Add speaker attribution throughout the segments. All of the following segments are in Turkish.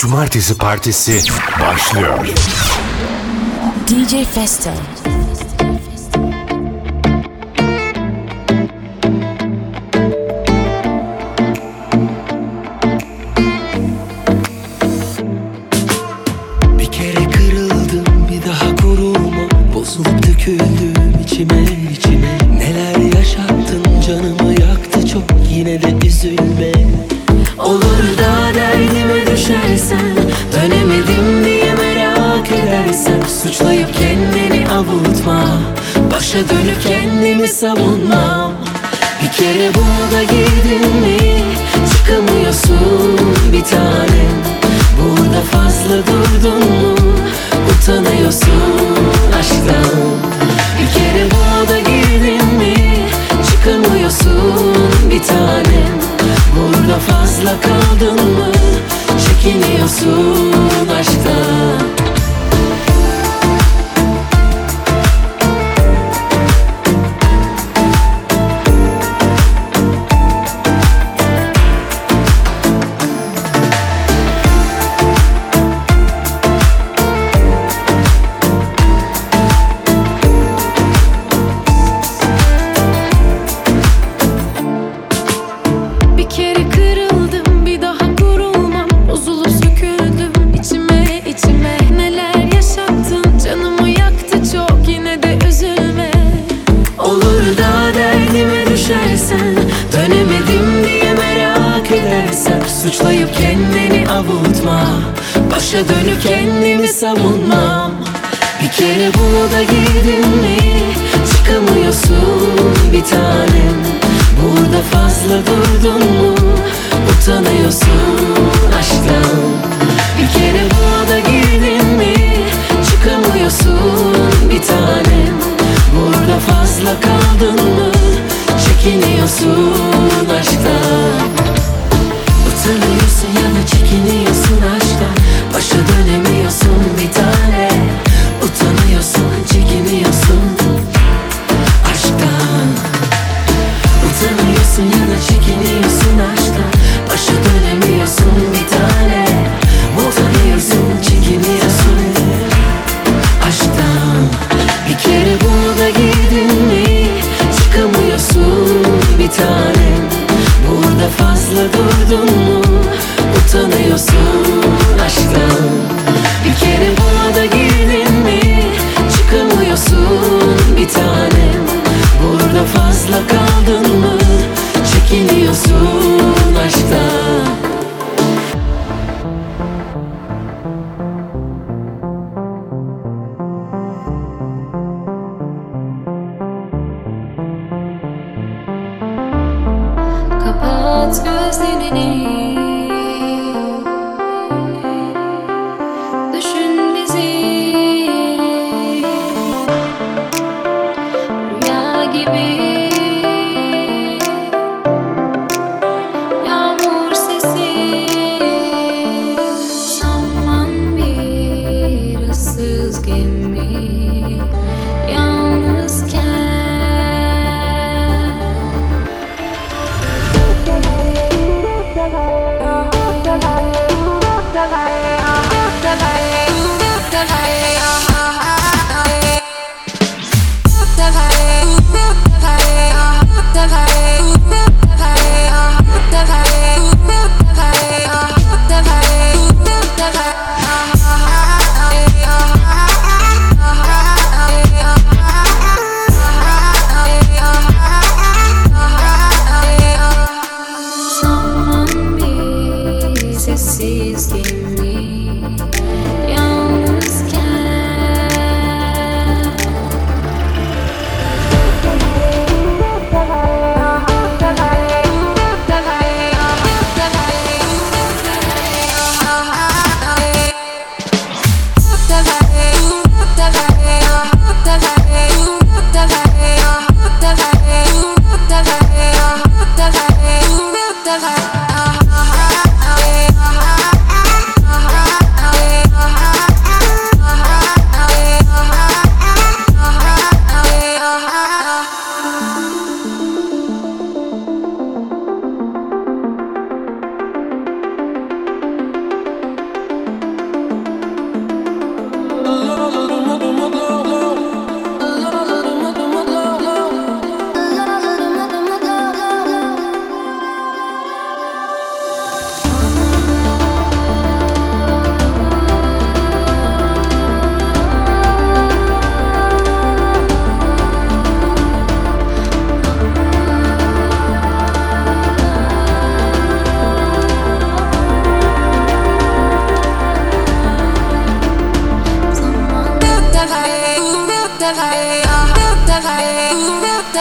Speaker 1: Cumartesi Partisi başlıyor.
Speaker 2: DJ Festo.
Speaker 3: Bir kere kırıldım, bir daha koruma. Bozulup döküldüm içime. Neler yaşattın, canımı yaktı çok, yine de üzülme. Olur da derdime düşersen, dönemedim diye merak edersen, suçlayıp kendini avutma, başa dönüp kendimi savunmam. Bir kere bunu da girdin mi, çıkamıyorsun bir tanem. Burada fazla durdun mu, utanıyorsun aşktan. Bir kere bunu da girdin mi, çıkamıyorsun bir tanem. Burada fazla kaldın mı, çekiniyorsun aşktan. Suçlayıp kendini avutma, başa dönüp kendimi savunmam. Bir kere bunu da girdin mi, çıkamıyorsun bir tanem. Burada fazla durdun mu, utanıyorsun aşktan. Bir kere bunu da girdin mi, çıkamıyorsun bir tanem. Burada fazla kaldın mı, çekiniyorsun aşktan. Utanıyorsun ya da çekiniyorsun aşktan, başa dönemiyorsun bir tane. Utanıyorsun, çekiniyorsun aşktan. Utanıyorsun ya da çekiniyorsun aşktan, başa dönemiyorsun bir tane. Utanıyorsun, çekiniyorsun aşktan. Bir kere bunu da girdin mi, çıkamıyorsun bir tanem. Burada fazla durdun mu, utanıyorsun aşktan. Bir kere buna da girdin mi, çıkamıyorsun bir tanem. Burada fazla kaldın mı, çekiniyorsun aşktan.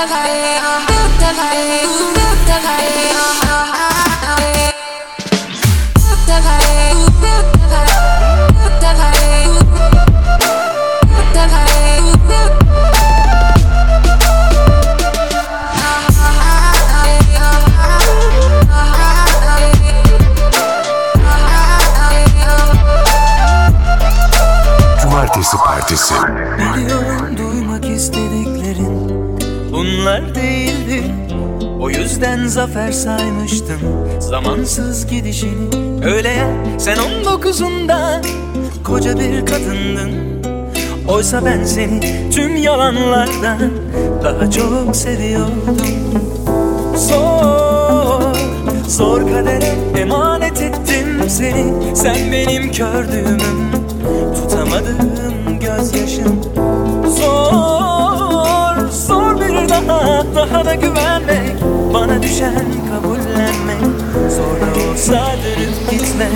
Speaker 1: Cumartesi Partisi.
Speaker 4: Biliyorum duymak istediklerin bunlar değildi. O yüzden zafer saymıştım zamansız gidişini. Öyle ya, sen 19'unda koca bir kadındın. Oysa ben seni tüm yalanlardan daha çok seviyordum. Zor, zor kadere emanet ettim seni. Sen benim kördüğümüm, tutamadığım gözyaşım. Zor, zor bir daha da güvenmek. Bana düşen kabullenmek. Zor da olsa dönüp gitmek.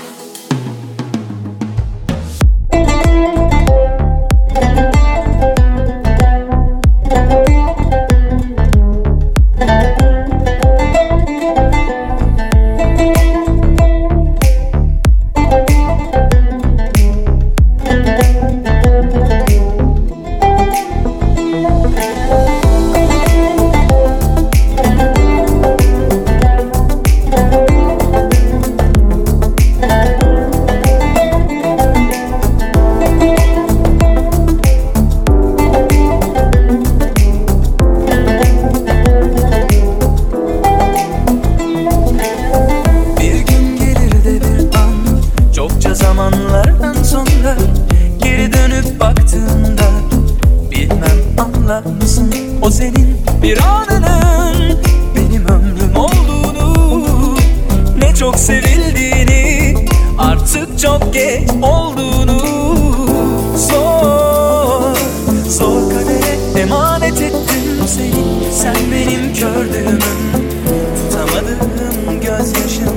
Speaker 4: O senin bir anının benim ömrüm olduğunu, ne çok sevildiğini, artık çok geç olduğunu. Zor, zor kadere emanet ettim seni. Sen benim kördüğümüm, tutamadığım gözyaşım.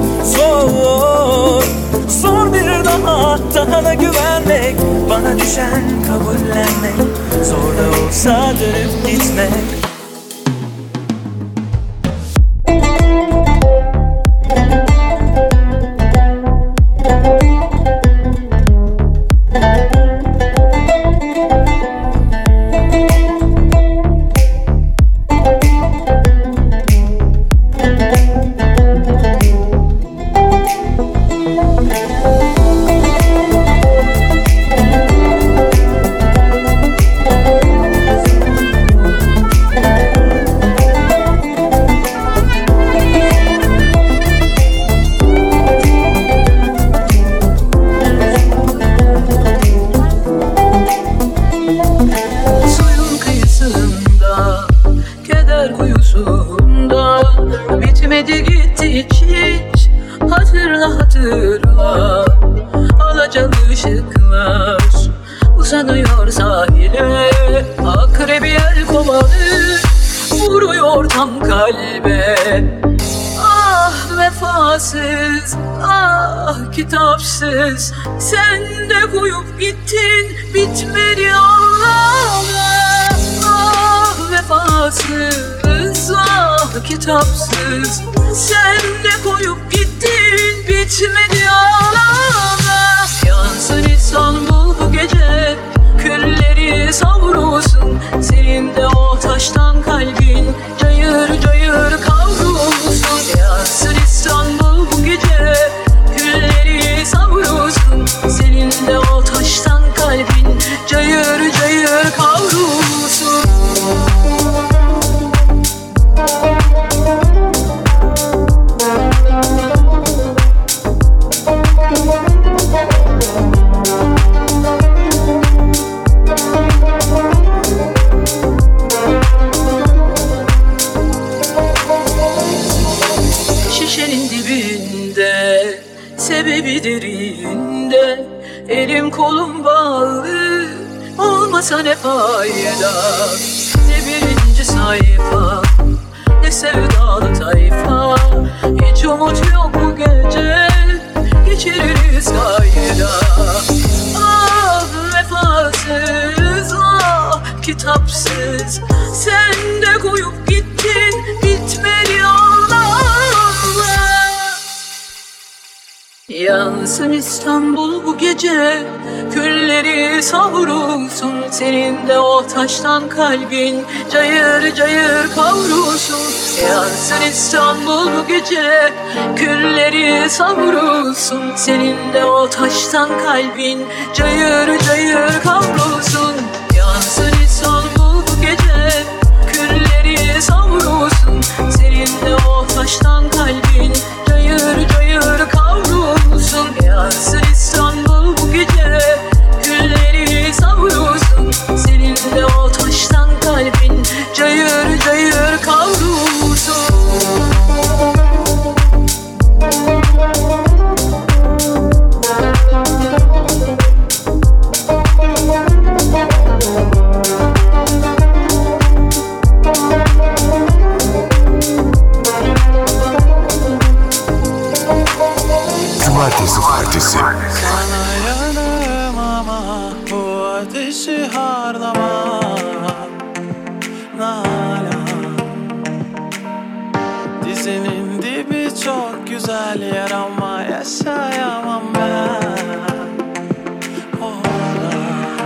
Speaker 4: Zor, zor bir daha da güvenmek. Bana düşen kabullenmek. Zor da olsa dönüp gitmek.
Speaker 5: Bitmedi gitti hiç, hatırla hatırla. Alacalı ışıklar uzanıyor sahile. Akrebi el kovanı vuruyor tam kalbe. Ah vefasız, ah kitapsız, sen de koyup gittin, bitmedi ağlama. Ah vefasız, ah kitapsız, sen de koyup gittin, bitmedi ağlama. Yansın İstanbul bu gece, külleri savrulsun. Senin de o taştan kalbin cayır cayır kavrulsun. Yansın İstanbul bu gece, külleri savrulsun. Senin de o taştan kalbin cayır cayır kavrulsun. Şişenin dibinde, sebebi derinde, elim kolum bağlı, olmasa ne fayda. Ne birinci sayfa, ne sevdalı tayfa. Hiç umut yok bu gece, geçiririz kayda. Ah vefasız, ah kitapsız, sen Yansın İstanbul bu gece, külleri savrulsun. Senin de o taştan kalbin cayır cayır kavrulsun. Yansın İstanbul bu gece, külleri savrulsun. Senin de o taştan kalbin cayır cayır kavrulsun. Yansın İstanbul bu gece, külleri savrulsun. Senin de o taştan kalbin cayır cayır kavrulsun. Yansın İstanbul bu gece, külleri savrulsun. Senin de o taştan kalbin cayır cayır kavrulsun.
Speaker 1: Cumartesi Partisi.
Speaker 6: Sana yanığım ama bu ateşi harlama Nalan. Dizinin dibi çok güzel yer ama yaşayamam ben orada.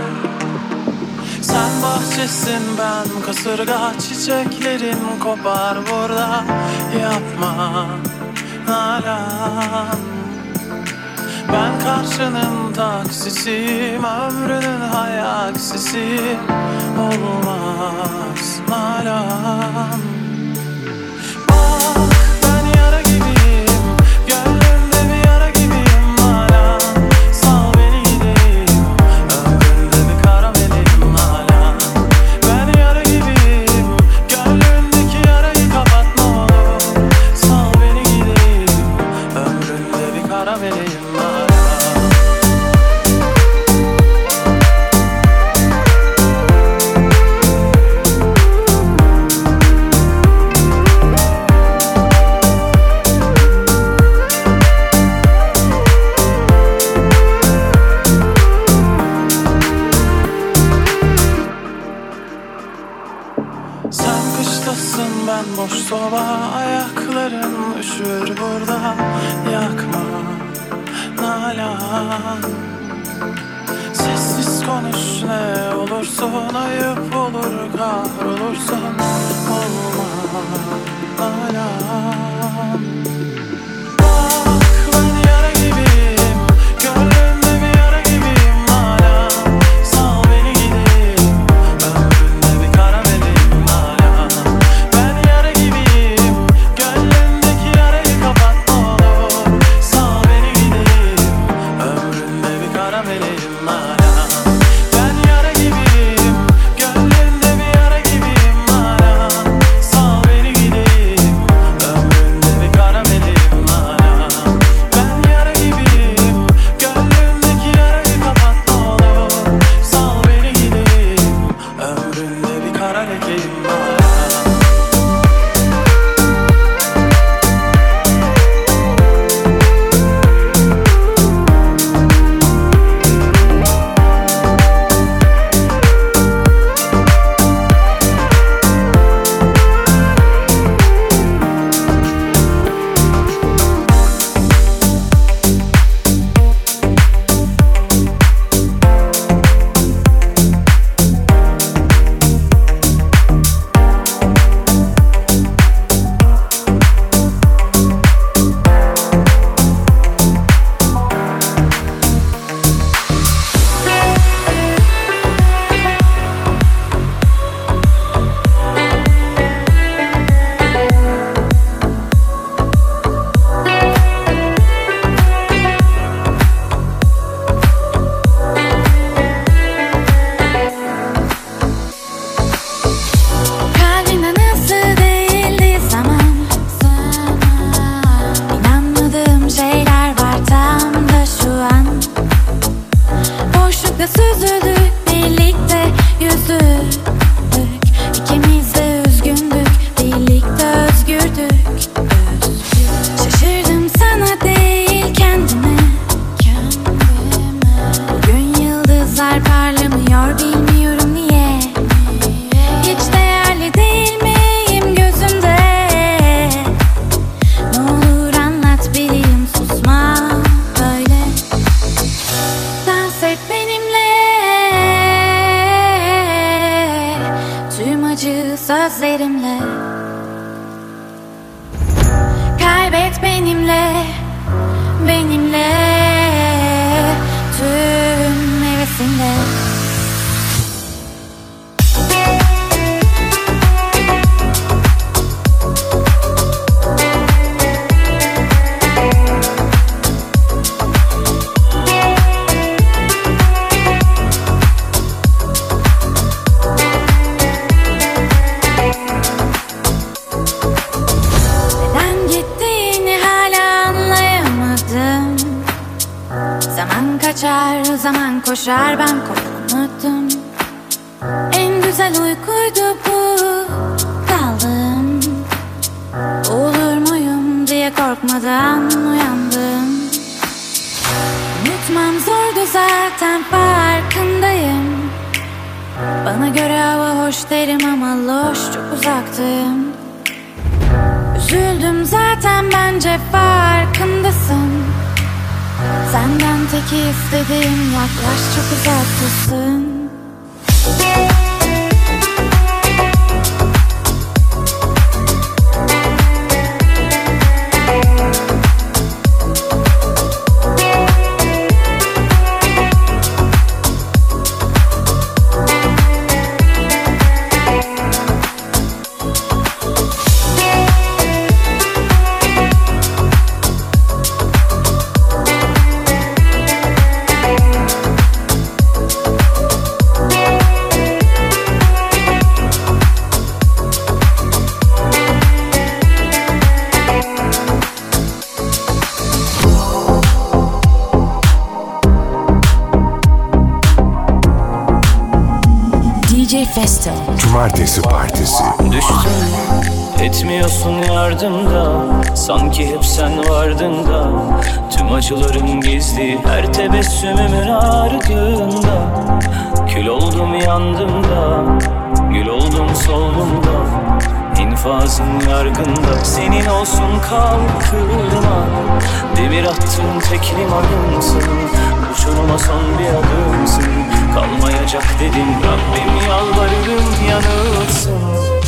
Speaker 6: Sen bahçesin, ben kasırga, çiçeklerin kopar burada. Yapma Nalan. Ben karşının taksisiyim, ömrünün hayaksisi. Olmaz Nalan. Bak ben yara gibiyim, gönlümde bir yara gibiyim Nalan. Sal beni gideyim, ömrümde bir kara meleğim Nalan. Ben yara gibiyim, gönlümdeki yarayı kapat ne olur. Sal beni gideyim, ömrümde bir kara meleğim Nalan. Sen kıştasın, ben boş soba, ayakların üşür burada. Yakma Nalan. Sessiz konuş ne olursun, ayıp olur kahrolursun. Olmaz Nalan. Bak ben yara gibiyim, gönlümde bir yara gibiyim Nalan. Sal beni gideyim, ömründe bir kara meleğim Nalan. Ben yara gibiyim, gönlümdeki yarayı kapat ne olur. Sal beni gideyim, ömründe bir kara meleğim Nalan. Ben yara gibiyim, gönlümde bir yara gibiyim Nalan. Sal beni gideyim, ömründe bir kara meleğim.
Speaker 7: sözlerimle. Kaybet benimle, benimle tüm hevesinle. Zaman koşar, ben korkmadım. En güzel uykuydu bu, kaldım. Olur muyum diye korkmadan uyandım. Unutmam zordu zaten, farkındayım. Bana göre hava hoş derim ama loş, çok uzaktım. Üzüldüm zaten, bence farkındasın. Senden tek istediğim yaklaş, çok uzaktasın.
Speaker 2: DJ Festo.
Speaker 1: Cumartesi Partisi.
Speaker 4: Düştüm, etmiyorsun yardımda. Sanki hep sen vardın da. Tüm acılarım gizli, her tebessümümün ardında. Kül oldum, yandım da. Gül oldum, soldum da. İnfazın yargında. Senin olsun kalkırma. Demir attığın tek limanımsın. Uçuruma son bir adımsın. Kalmayacak dedim Rabbim, yalvarırım yanılsın.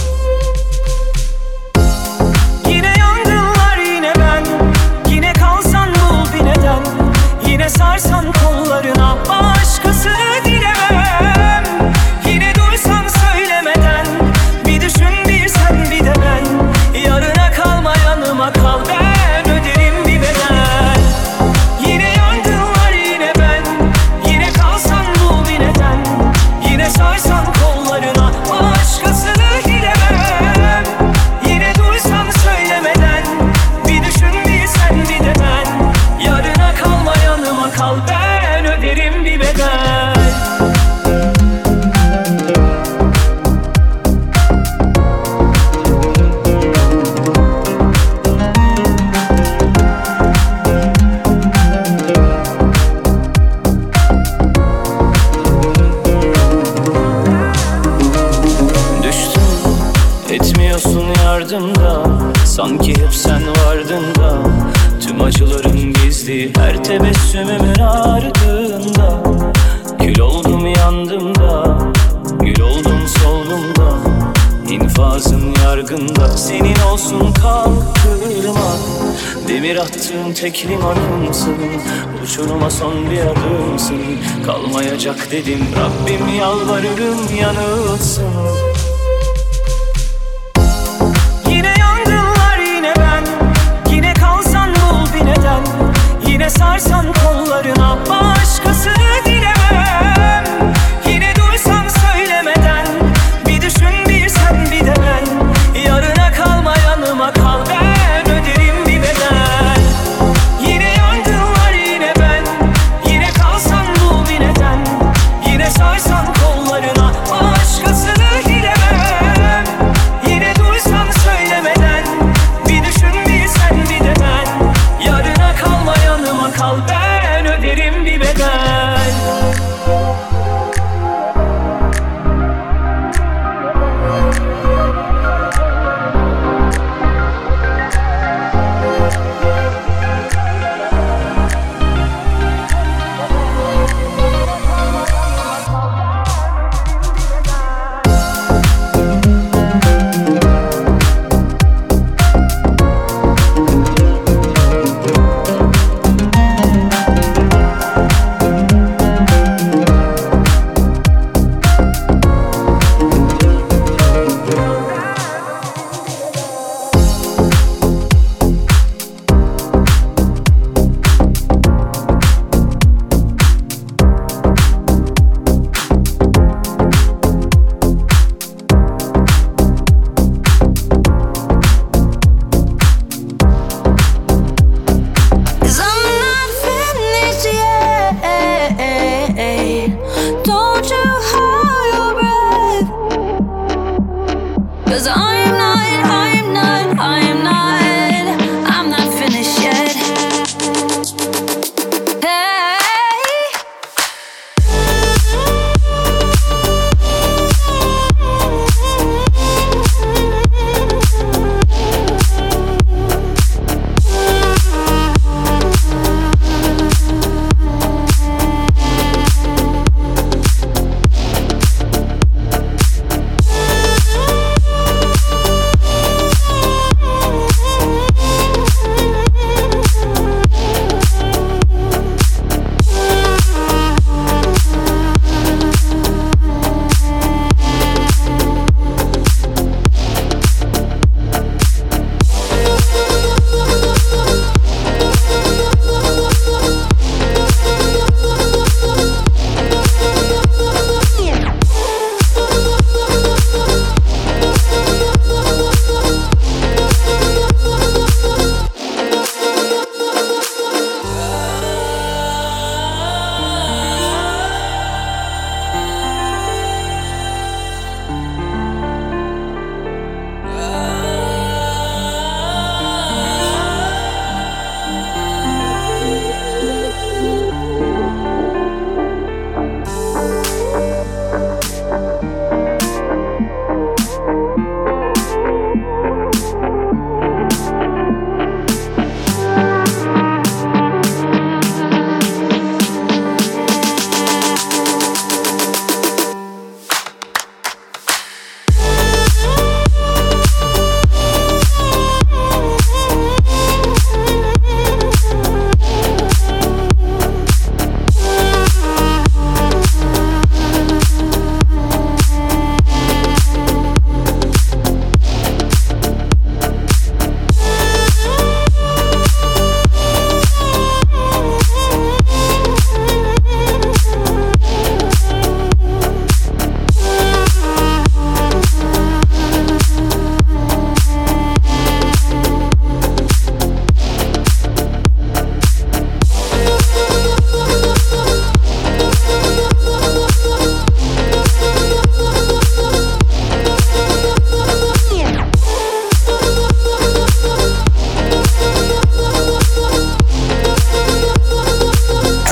Speaker 4: Yine yangınlar, yine ben. Yine kalsan bul bir neden. Yine sarsan kollarına, başkasını dilemem. Yine duysan söylemeden. Bir düşün, bir sen, bir de ben. Yarına kalma, yanıma kal, ben öderim bir bedel. Yine yangınlar, yine ben. Yine kalsan bul bir neden. Yine sarsan kollarına, başkasını dilemem. Yine duysan söylemeden. Bir düşün, bir sen, bir de ben. Yarına kalma, yanıma kal, ben öderim bir bedel. Yardımda, sanki hep sen vardın da. Tüm acılarım gizli, her tebessümümün ardında. Kül oldum, yandım da. Gül oldum, soldum da. İnfazın yargında. Senin olsun kalkırma. Demir attığın tek limanımsın. Uçuruma son bir adımsın. Kalmayacak dedim Rabbim, yalvarırım yanılsın. Yine sarsan kollarına, başkasını dilemem. Yine duysan söylemeden. Bir düşün, bir sen, bir de ben. Yarına kalma, yanıma kal, ben öderim bir bedel. Yine yangınlar, yine ben. Yine kalsan bul bir neden. Yine sarsan kollarına, başkasını dilemem. Yine duysan söylemeden. Bir düşün, bir sen, bir de ben. Yarına kalma, yanıma kal, ben öderim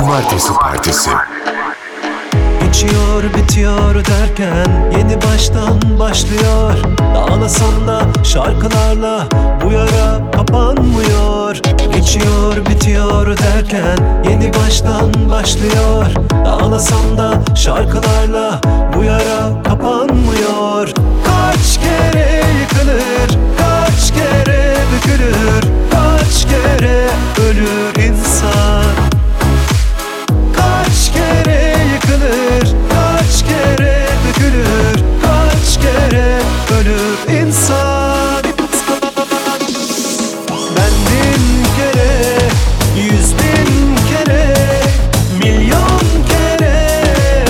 Speaker 1: Cumartesi Partisi.
Speaker 6: Geçiyor bitiyor derken yeni baştan başlıyor. Ağlasam da şarkılarla bu yara kapanmıyor. Geçiyor bitiyor derken yeni baştan başlıyor. Ağlasam da şarkılarla bu yara kapanmıyor. Kaç kere yıkılır, kaç kere bükülür, kaç kere ölür insan. Kaç kere yıkılır, kaç kere bükülür, kaç kere ölür insan. Ben bin kere, 100.000 kere, milyon kere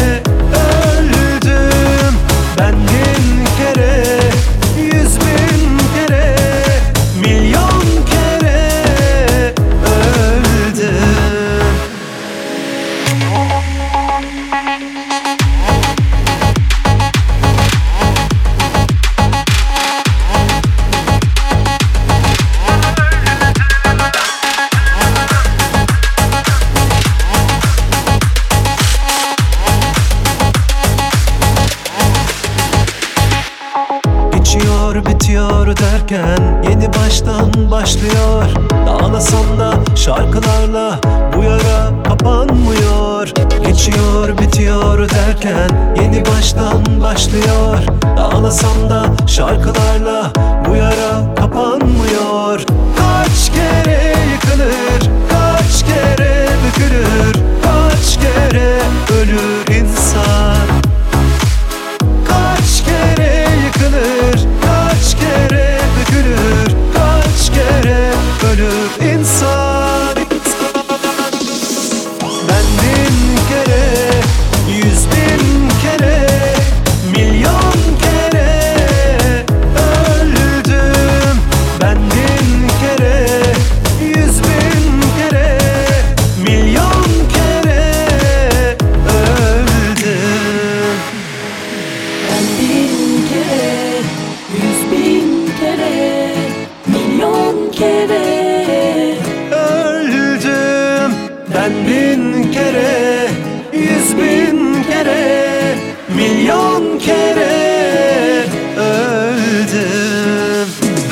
Speaker 6: öldüm. Ben bin kere, 100.000 kere, milyon kere öldüm. Geçiyor bitiyor derken yeni baştan başlıyor. Ağlasam da şarkılarla bu yara kapanmıyor. Geçiyor bitiyor derken yeni baştan başlıyor. Ağlasam da şarkılarla bu yara kapanmıyor. Kaç kere yıkılır, kaç kere bükülür, kaç kere ölür insan. Kaç kere yıkılır, kaç kere bükülür, kaç kere ölür insan. Ben bin kere, 100.000 kere, milyon kere öldüm. Ben bin kere, 100.000 kere, milyon kere öldüm.
Speaker 3: Ben bin kere, 100.000 kere, milyon kere
Speaker 6: öldüm. Ben bin kere, 100.000 kere, milyon kere öldüm.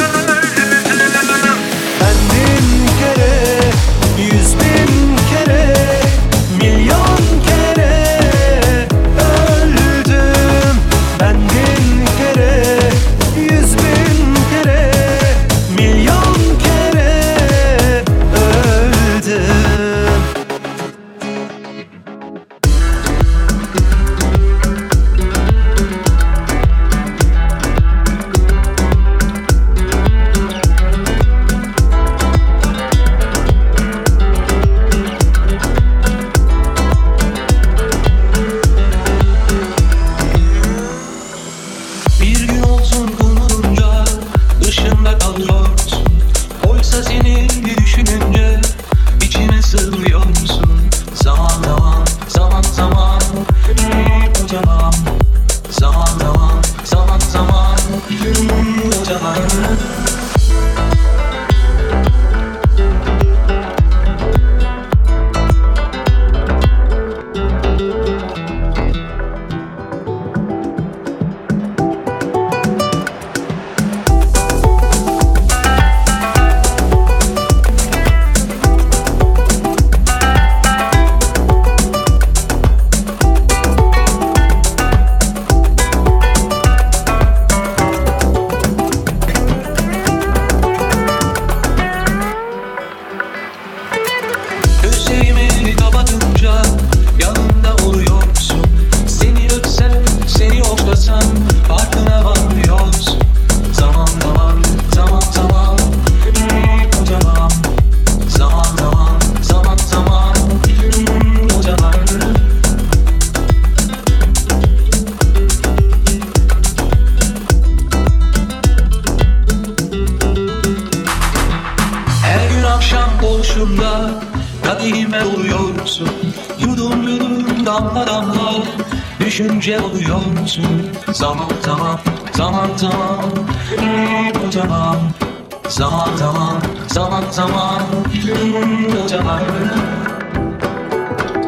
Speaker 6: Ben bin kere, 100.000 kere, milyon kere öldüm. Ben bin kere, 100.000 kere, milyon kere öldüm.
Speaker 8: Bir gün olsun umurunca dışında kalıyorsun. Oysa seni bir düşününce içine sığmıyorsun. Zaman zaman, zaman zaman kocaman. Zaman zaman, zaman zaman kocaman. Gözlerimi kapatınca yanında oluyorsun. Seni öpsem, seni oklasam farkına varmıyorsun. Zaman zaman, zaman zaman kocaman. Zaman zaman, zaman zaman kocaman. Her gün akşam oluşumda kadehime oluyorsun. Yudum yudum damla damla düşünce oluyorsun. Zaman zaman, zaman zaman kocaman. Zaman zaman, zaman zaman kocaman.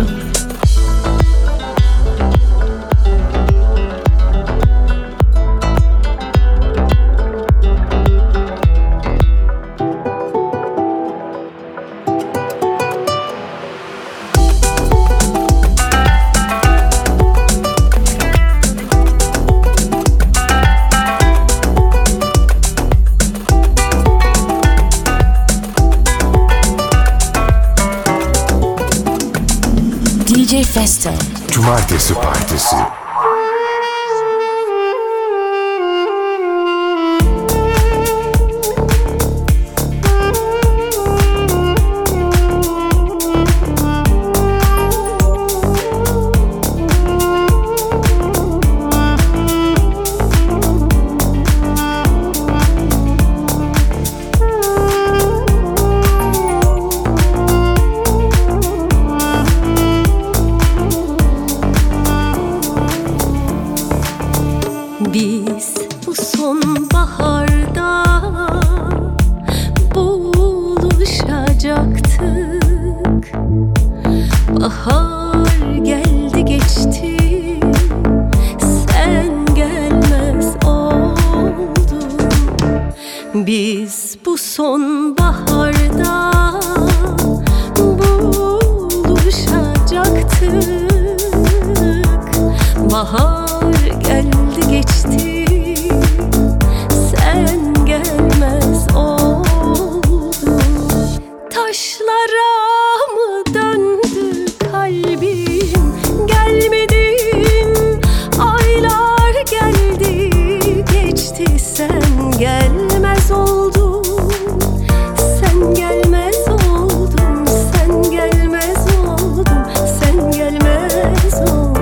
Speaker 2: DJ Festo.
Speaker 1: Cumartesi Partisi.
Speaker 3: Biz bu sonbaharda buluşacaktık. Bahar geldi geçti, sen gelmez oldun. Biz bu sonbaharda buluşacaktık. Bahar geldi geçti, sen gelmez oldun. Taşlara mı döndü kalbim, gelmedin. Aylar geldi geçti, sen gelmez oldun. Sen gelmez oldun, sen gelmez oldun, sen gelmez oldun.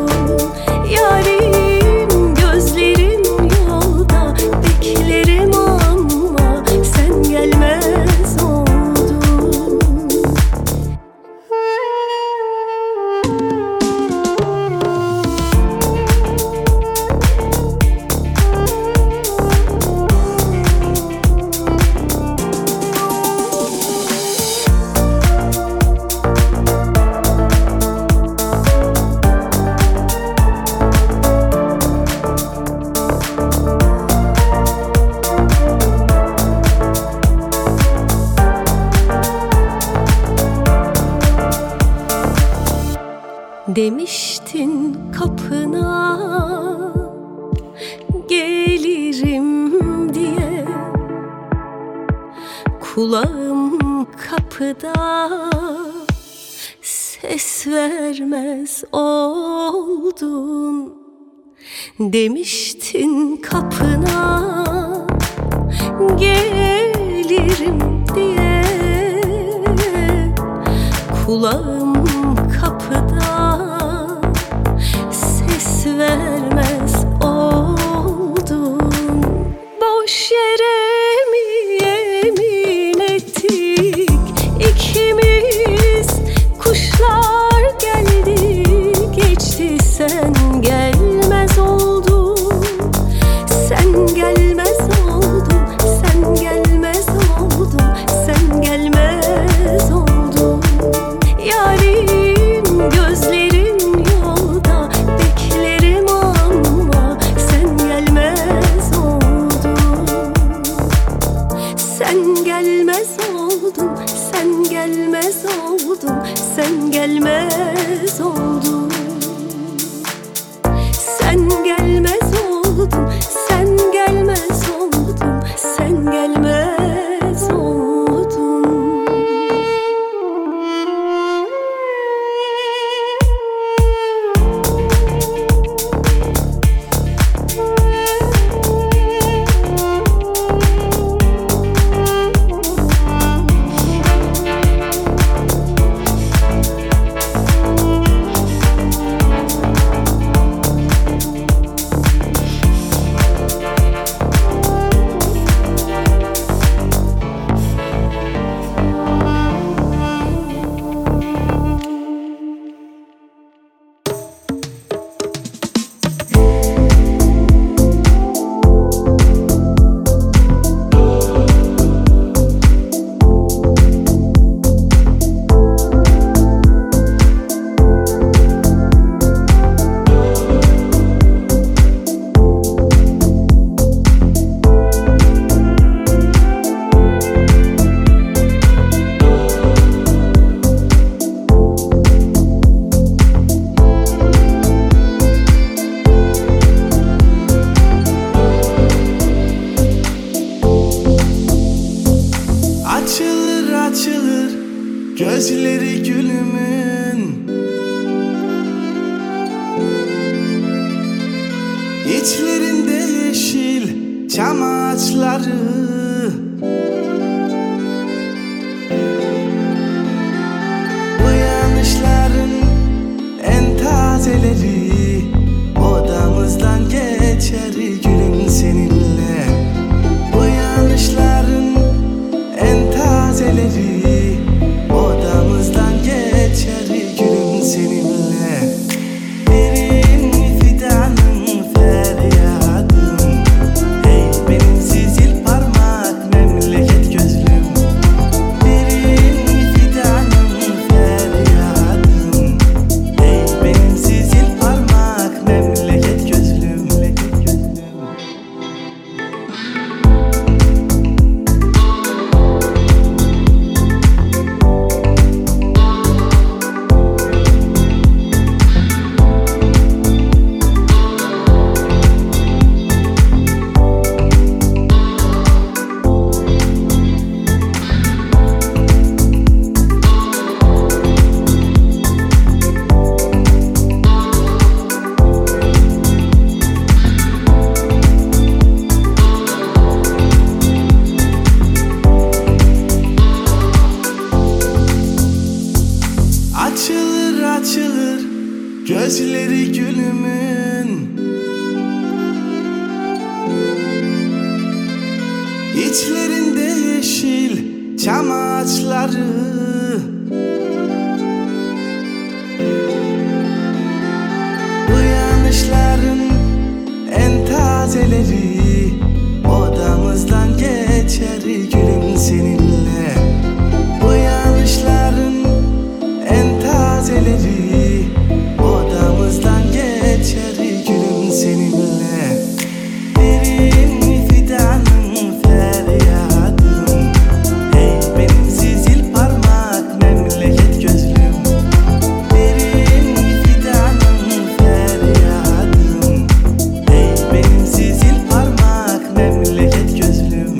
Speaker 3: Yarim gözlerin yolda, beklerim ama sen gelmez oldun. Demiştin kapına gelirim diye, kulağım kapıda ses vermez oldun. Demiştin kapına gelirim diye, kulağım kapıda ses vermez oldun. Boş yere mi yemin ettik ikimiz? Kuşlar geldi geçti, sen gelmez oldun. Sen gelmez oldun, sen gelmez oldun, sen gelmez oldun. Yarim gözlerin yolda, beklerim ama sen gelmez oldun. Sen gelmez oldun, sen gelmez oldun, sen gelmez oldun. Sen gelmez oldun, sen gelmez oldun, sen gelmez oldun.
Speaker 9: ağaçları, uyanışların en tazeleri odamızdan geçer gülüm seninle. Uyanışların en tazeleri odamızdan geçer gülüm seninle. Derin fidanın feryadım, hey benim zil parmak memleket gözlüm. Derin fidanın feryadım, hey benim zil parmak memleket gözlüm. Açılır açılır gözleri gülümün, İçlerinde yeşil çam ağaçları, uyanışların en tazeleri odamızdan geçer gülüm seninle. Uyanışların en tazeleri odamızdan geçer gülüm seninle. Derin fidanın feryadım, hey benim zil parmak memleket gözlüm. Derin fidanın feryadım, hey benim zil parmak memleket gözlüm.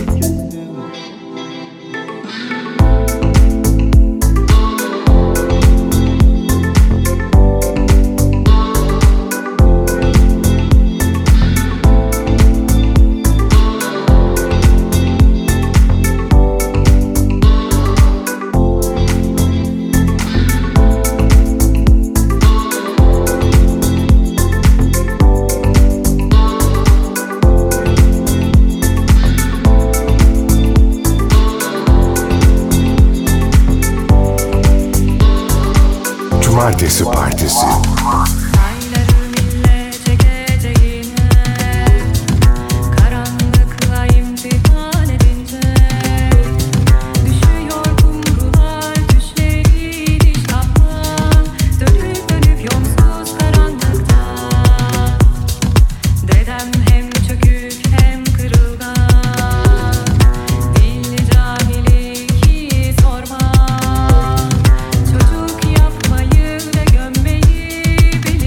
Speaker 1: Cumartesi Partisi.
Speaker 10: Aylarım ille çekeceğine, karanlıkla imtihan edince, düşüyor kumrular düşleri diş kaplan, dönüp dönüp yolsuz karanlıkta. Dedem hem çökük hem kırılgan, dilli cahili ki sorma. Çocuk yapmayı ve gömmeyi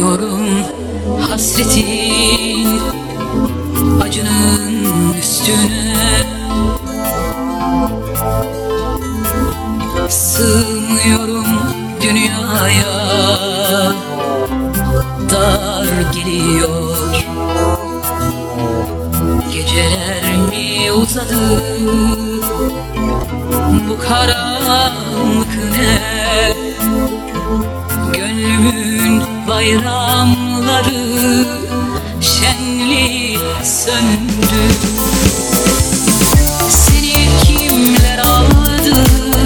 Speaker 11: Yürüyorum hasretin acının üstüne, sığmıyorum dünyaya, dar geliyor. Geceler mi uzadı, bu karanlık ne? Gönlümün bayramları şenli söndü. Seni kimler aldı,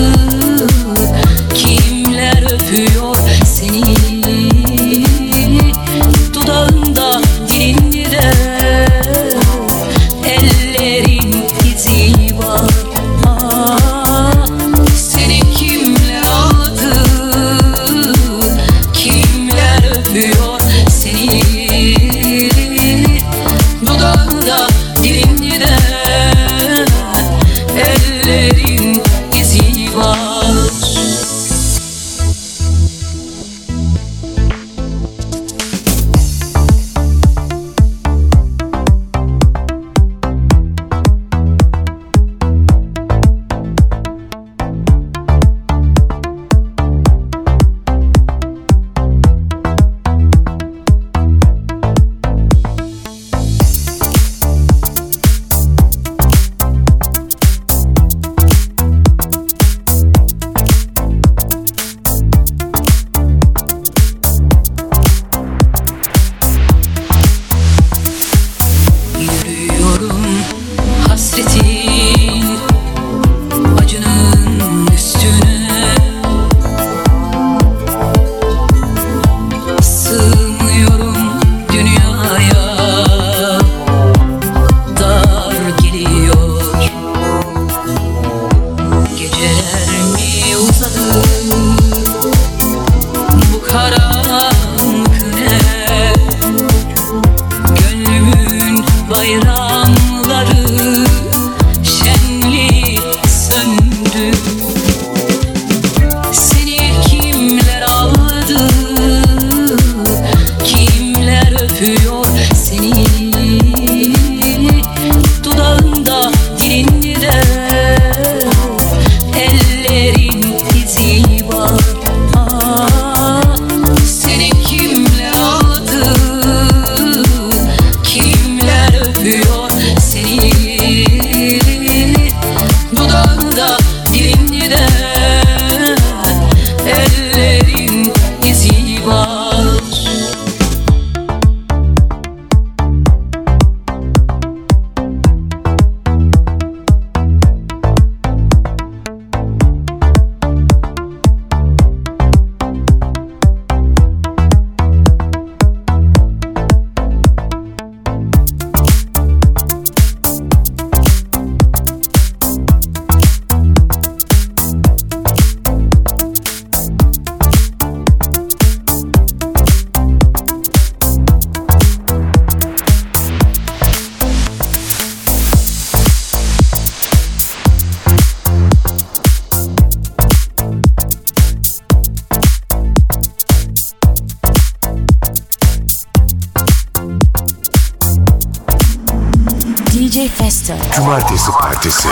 Speaker 11: kimler öpüyor seni, dudağında dilinde ellerin izi var. Seni kimler aldı, kimler öpüyor seni, dudağında dilinde ellerin izi var. Yürüyorum hasretin acının üstüne, sığmıyorum dünyaya, dar geliyor. Geceler mi uzadı, bu karanlık ne? Gönlümün bayramları şenli söndü. Seni kimler aldı, kimler öpüyor seni, dudağında dilinde ellerin izi var. Seni kimler aldı, kimler öpüyor seni, dudağında dilinde ellerin izi var.
Speaker 2: DJ Festo.
Speaker 1: Cumartesi Partisi.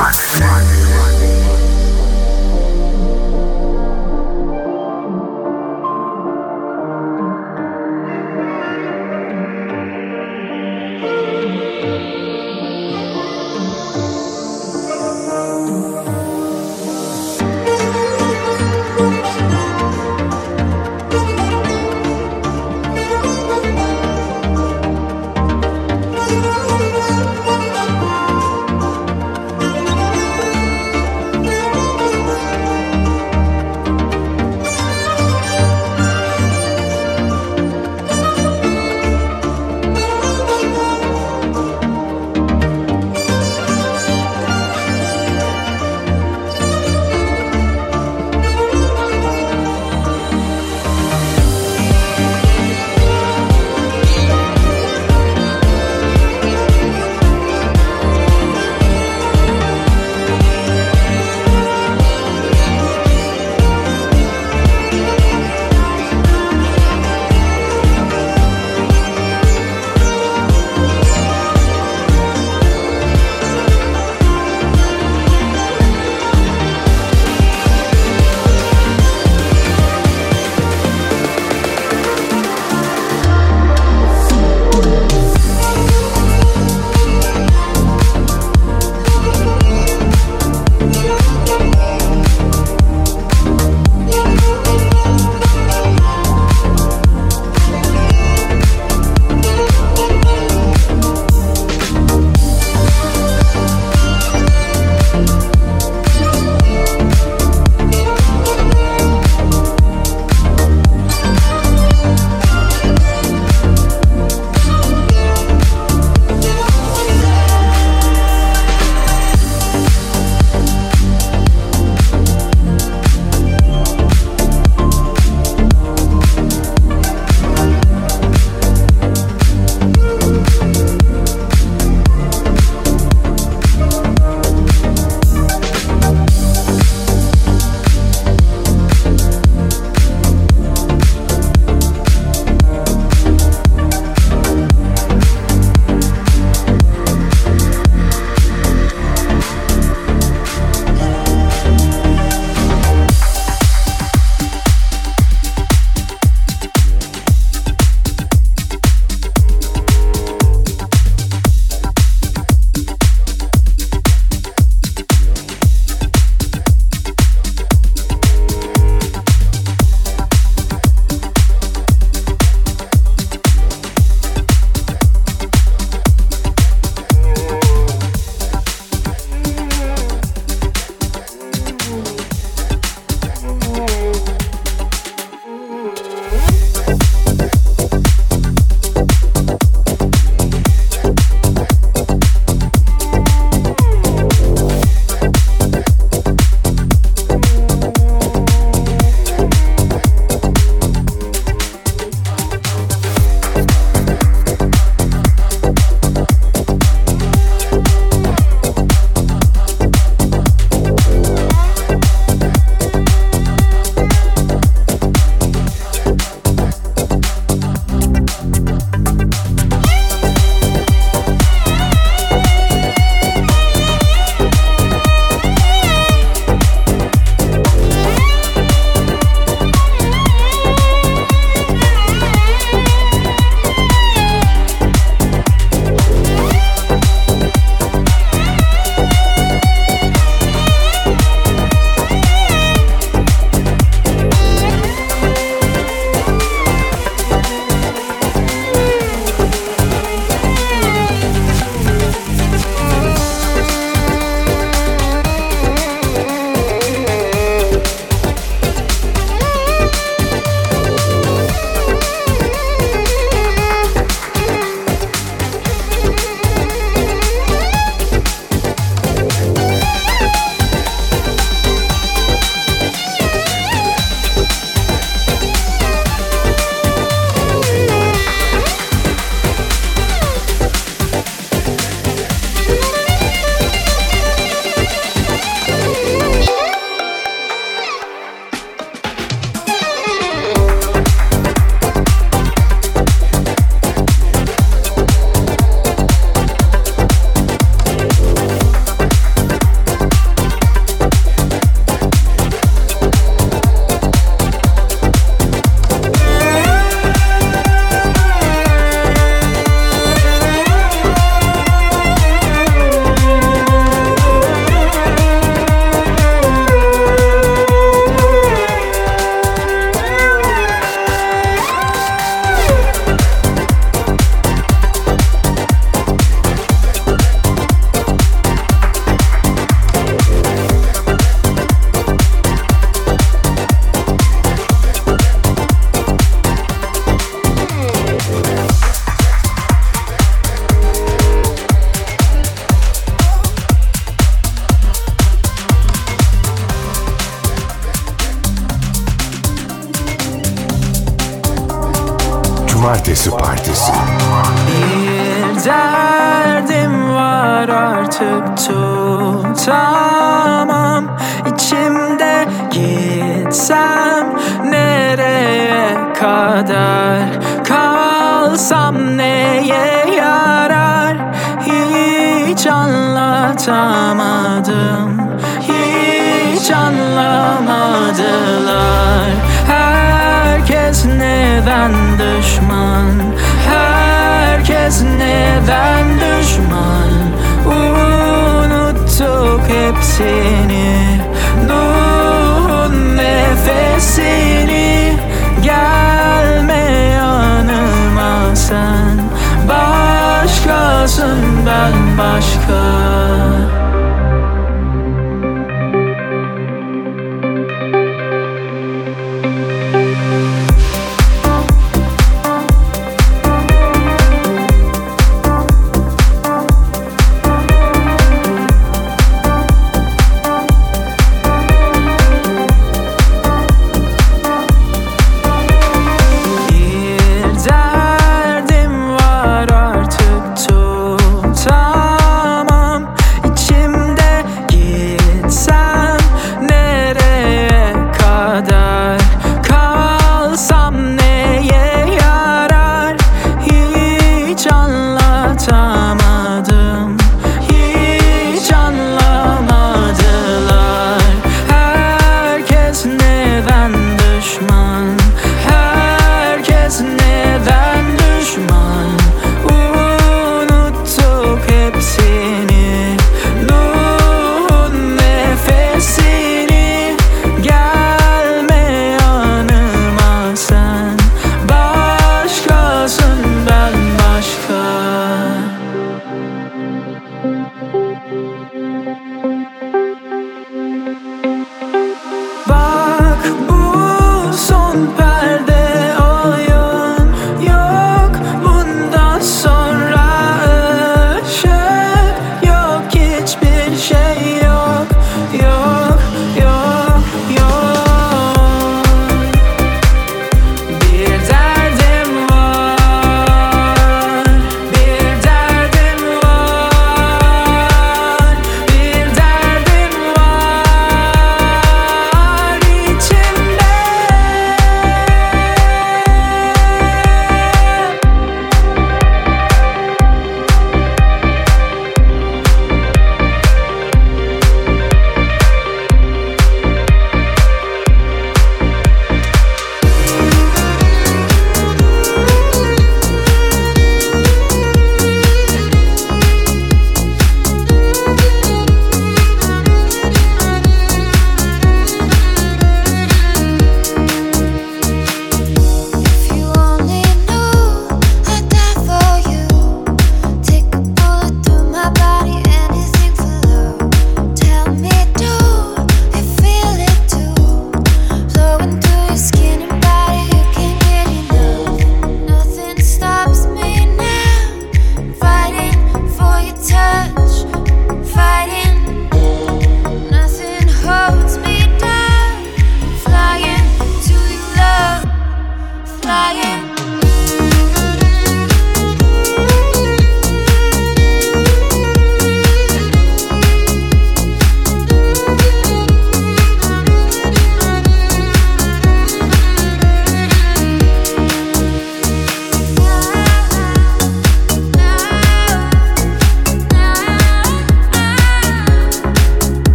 Speaker 1: Cumartesi Partisi.
Speaker 6: Bir derdim var artık tutamam içimde, gitsem nereye kadar, kalsam neye yarar, hiç anlatamadım, hiç anlamadılar. Herkes neden düşman, herkes neden düşman, unuttuk hepsini, Nuh'un nefesini. Gelme yanıma sen, başkasın ben başka. Tutamam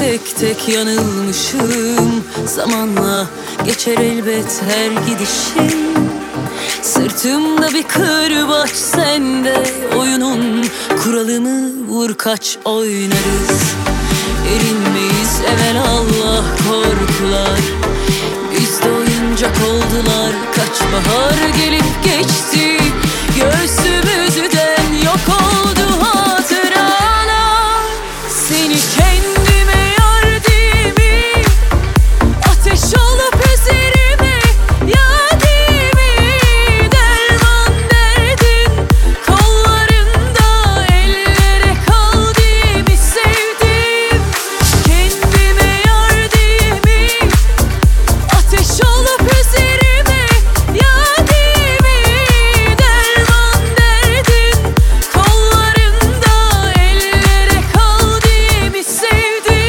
Speaker 11: tek tek yanılmışım. Zamanla geçer elbet her gidişim. Sırtımda bir kırbaç sende, oyunun kuralını vur kaç oynarız. Erinmeyiz evelallah korkular, bizde oyuncak oldular. Kaç bahar gelip geçti, göğsümüzden yok oldu hatıralar. Seni kendime yar değil mi? Ateş olup üzerime ya değil mi? Derman derdin kollarında, ellere kal diye mi sevdim? Kendime yar değil mi? Ateş olup üzerime ya değil mi? Derman derdin kollarında, ellere kal diye mi sevdim?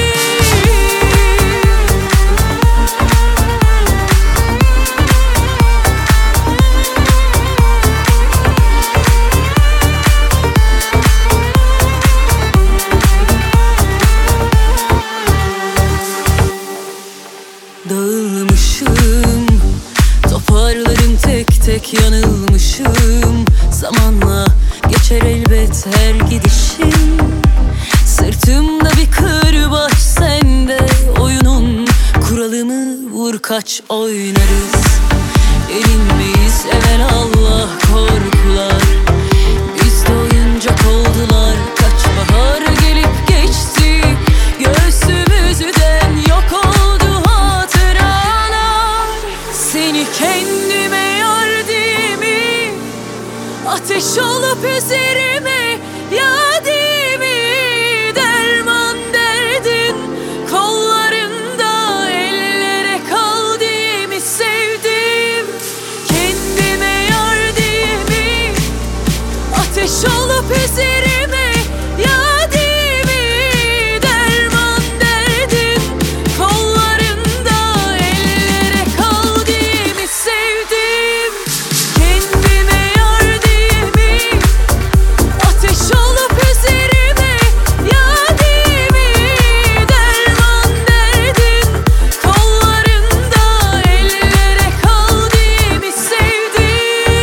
Speaker 11: Dağılmışım, toparlarım tek tek yanılmışım. Zamanla geçer elbet her gidişim. Sırtımda bir kırbaç sende, oyunun kuralını vur kaç oynarız. Erinmeyiz evelallah korkular, bizde oyuncak oldular. Kaç bahar gelip geçti, göğsümüzden yok oldu hatıralar. Seni kendime yar değil mi? Ateş olup üzerime ya değil mi? Derman derdin kollarında, ellere kal diye mi sevdim? Kendime yar değil mi? Ateş olup üzerime ya değil mi? Derman derdin kollarında, ellere kal diye mi sevdim? Kendime yar değil mi? Ateş olup üzerime ya değil mi? Derman derdin kollarında, ellere kal diye mi sevdim?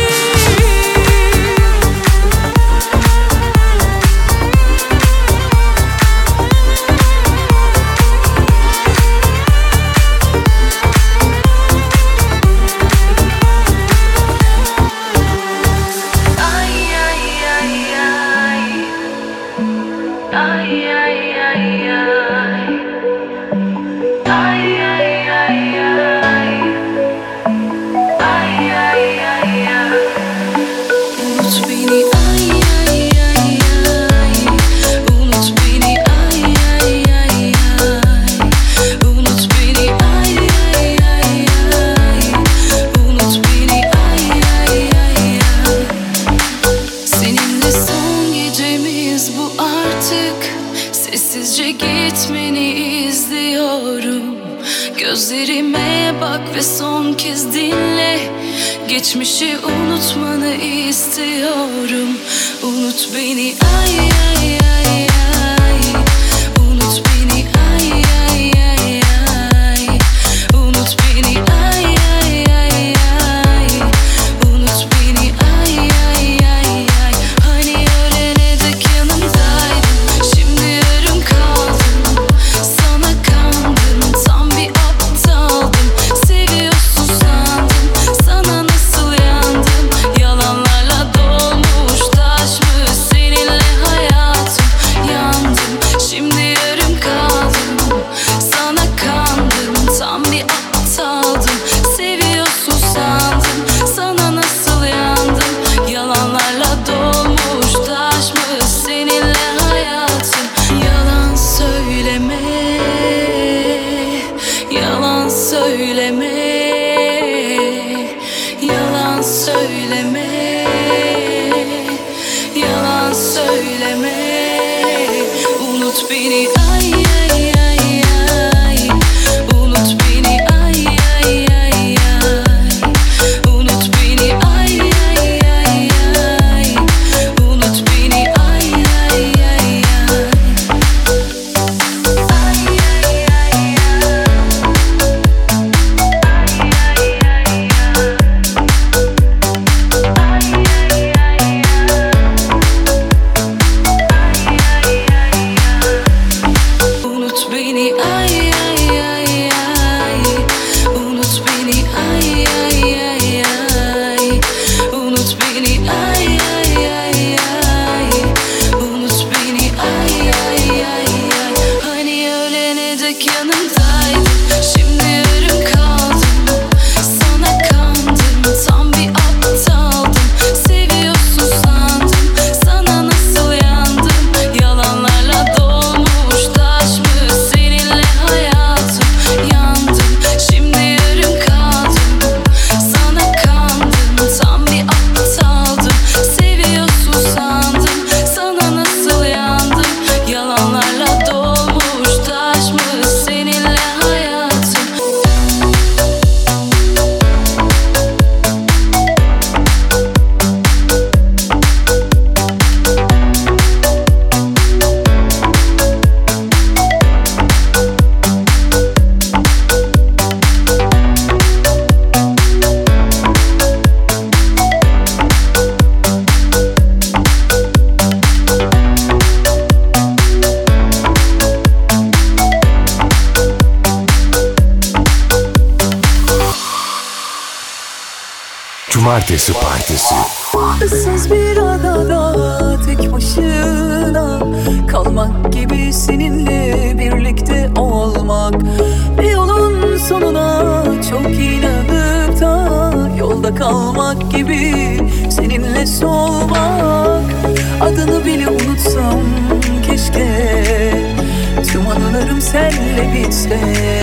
Speaker 11: Unut beni ay ay ay ay, unut beni ay ay ay ay, unut beni ay ay ay ay, unut beni ay ay ay ay. Seninle son gecemiz bu artık, sessizce gitmeni izliyorum. Gözlerime bak ve son kez dinle, geçmişi unutmanı istiyorum. Unut beni ay ay ay ay, unut beni ay ay ay ay, unut beni ay ay ay ay, unut beni ay ay ay ay. Hani ölene dek yanımdaydın, şimdi yarım kaldım. Sana kandım, tam bir aptaldım. Seviyorsun sandım, sana nasıl yandım. Yalanlarla dolmuş taşmış seninle hayatım. Yandım, şimdi yarım kaldım. Sana kandım, tam bir aptaldım. Seviyorsun sandım, sana nasıl yandım. Yalanlarla dolmuş taşmış seninle hayatım. Yalan söyleme, yalan söyleme, yalan söyleme, yalan söyleme. Unut beni ay ay ay ay, unut beni ay ay ay ay, unut beni ay ay ay ay, unut beni ay ay ay ay. yanındaydım. Şimdi yarım kaldım, sana kandım. Tam bir aptaldım, seviyorsun sandım. Sana nasıl yandım, yalanlarla dolmuş taşmış seninle hayatım. Yandım, şimdi yarım kaldım, sana kandım. Tam bir aptaldım, seviyorsun sandım. Sana nasıl yandım, yalanlarla dolmuş taşmış seninle hayatım.
Speaker 1: Cumartesi Partisi.
Speaker 5: Issız bir adada tek başına kalmak gibi, seninle birlikte olmak. Bir yolun sonuna çok inanıp da yolda kalmak gibi, seninle solmak. Adını bile unutsam keşke, tüm anılarım senle bitse.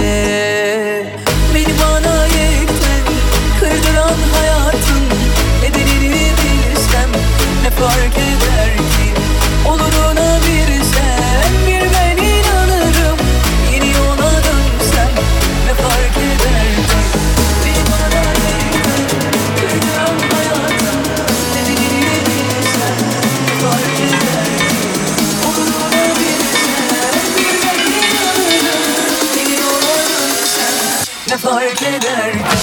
Speaker 5: Beni bana yekten kırdıran hayatın nedenini bilsem, ne fark eder ki? Oluruna bir sen, bir ben inanırım. Yeni yola dönsem, ne fark eder ki? Beni bana yekten kırdıran hayatın nedenini bilsem, ne fark eder ki? Oluruna bir sen, bir ben inanırım. Yeni yola dönsem, ne fark eder ki?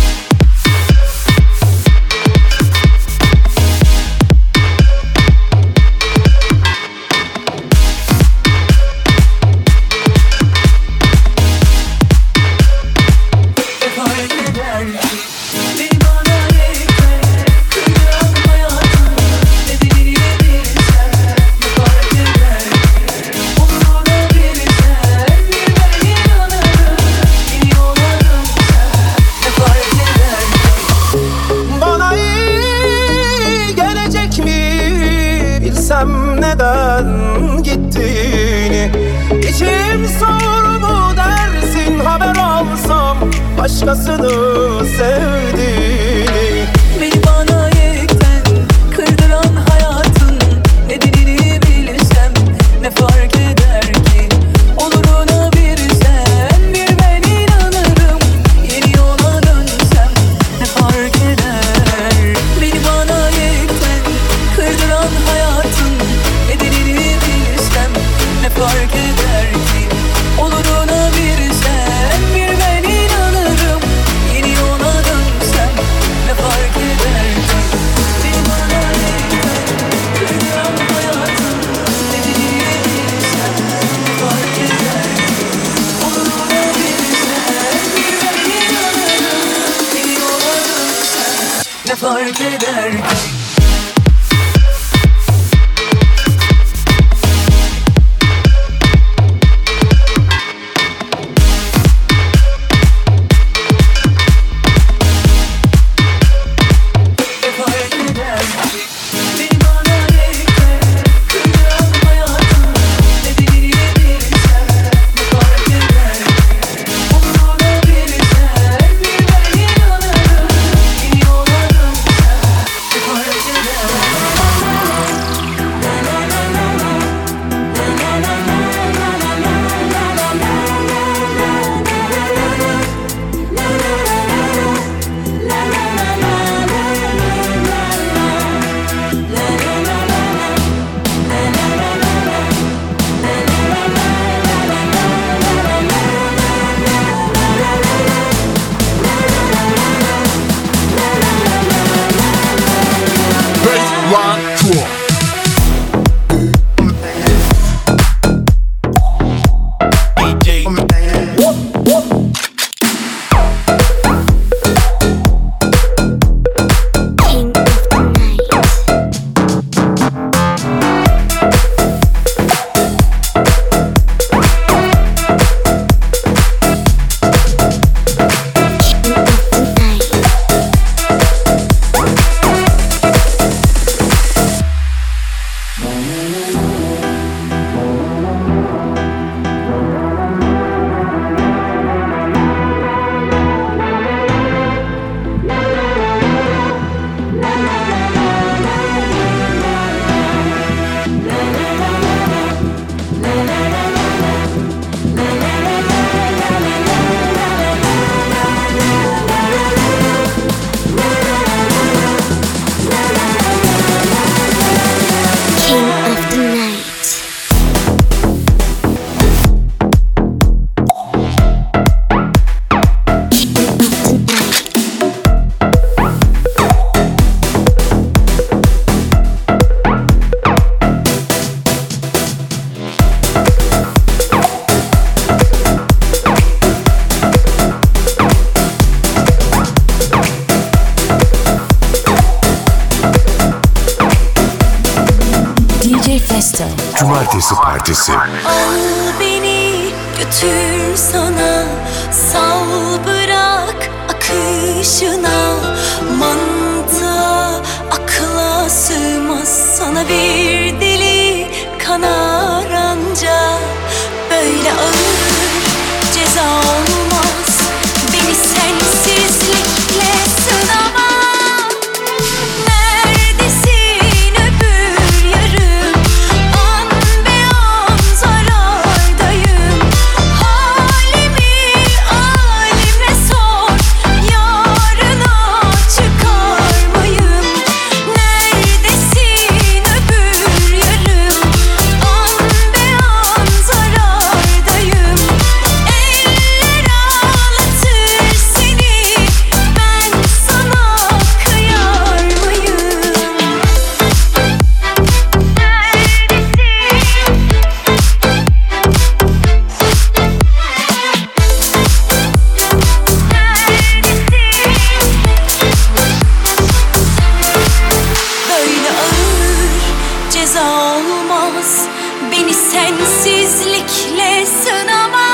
Speaker 6: Neden gittiğini, İçim soğur mu dersin, haber alsam başkasını sevdiğini.
Speaker 5: Beni bana yekten kırdıran hayatın nedenini bilsem, ne fark eder ki? Oluruna bir sen, bir ben inanırım. Yeni yola dönsem, ne fark eder? Beni bana yekten kırdıran hayatın nedenini bilsem, ne fark eder ki? Oluruna bir sen, bir ben inanırım. Yeni yola dönsem, ne fark eder ki? Beni bana yekten kırdıran hayatın nedenini bilsem, ne fark eder ki? Oluruna bir sen, bir ben inanırım. Yeni yola dönsem, ne fark eder ki?
Speaker 1: Cumartesi Partisi.
Speaker 7: Al beni götür sana, sal bırak akışına. Mantığa akla sığmaz, sana bir deli kanar anca. Böyle ağır ceza olmaz, beni sensizlikle sınama. Neredesin öbür yarım? An be an zarardayım. Halimi alime sor, yarına çıkar mıyım? Neredesin öbür yarım? An be an zarardayım. Eller ağlatır seni, ben sana kıyar mıyım? Böyle ağır ceza olmaz, beni sensizlikle sınama.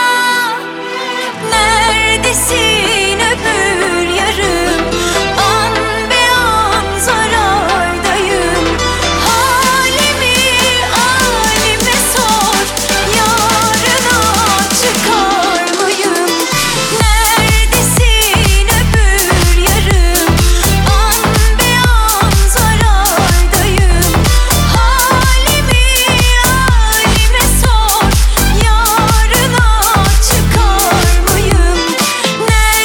Speaker 7: Neredesin öbür yarım? An be an zarardayım. Halimi alime sor, yarına çıkar mıyım? Neredesin öbür yarım? An be an zarardayım. Halimi alime sor, yarına çıkar mıyım?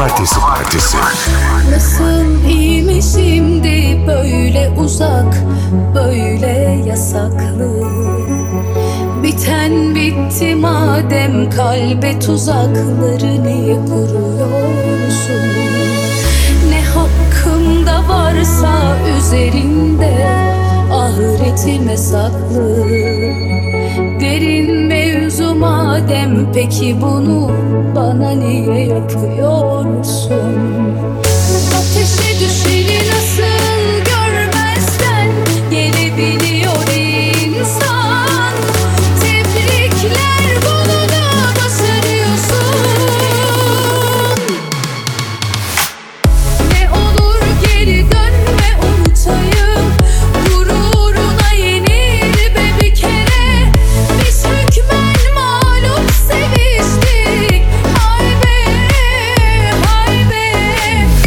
Speaker 1: Cumartesi Partisi.
Speaker 7: Nasıl iyi mi şimdi böyle uzak, böyle yasaklı? Biten bitti madem kalbe tuzakları niye kuruyorsun? Ne hakkımda varsa üzerinde ahiretime saklı. Derin mevzu madem peki bunu bana niye yapıyorsun? Ateşe düşeni nasıl görmezden gelebiliyor insan? Tebrikler, bunu da başarıyorsun. Ne olur geri dönme, unutayım. Gururuna yenil be bir kere. Biz hükmen mağlup seviştik. Hay be, hay be.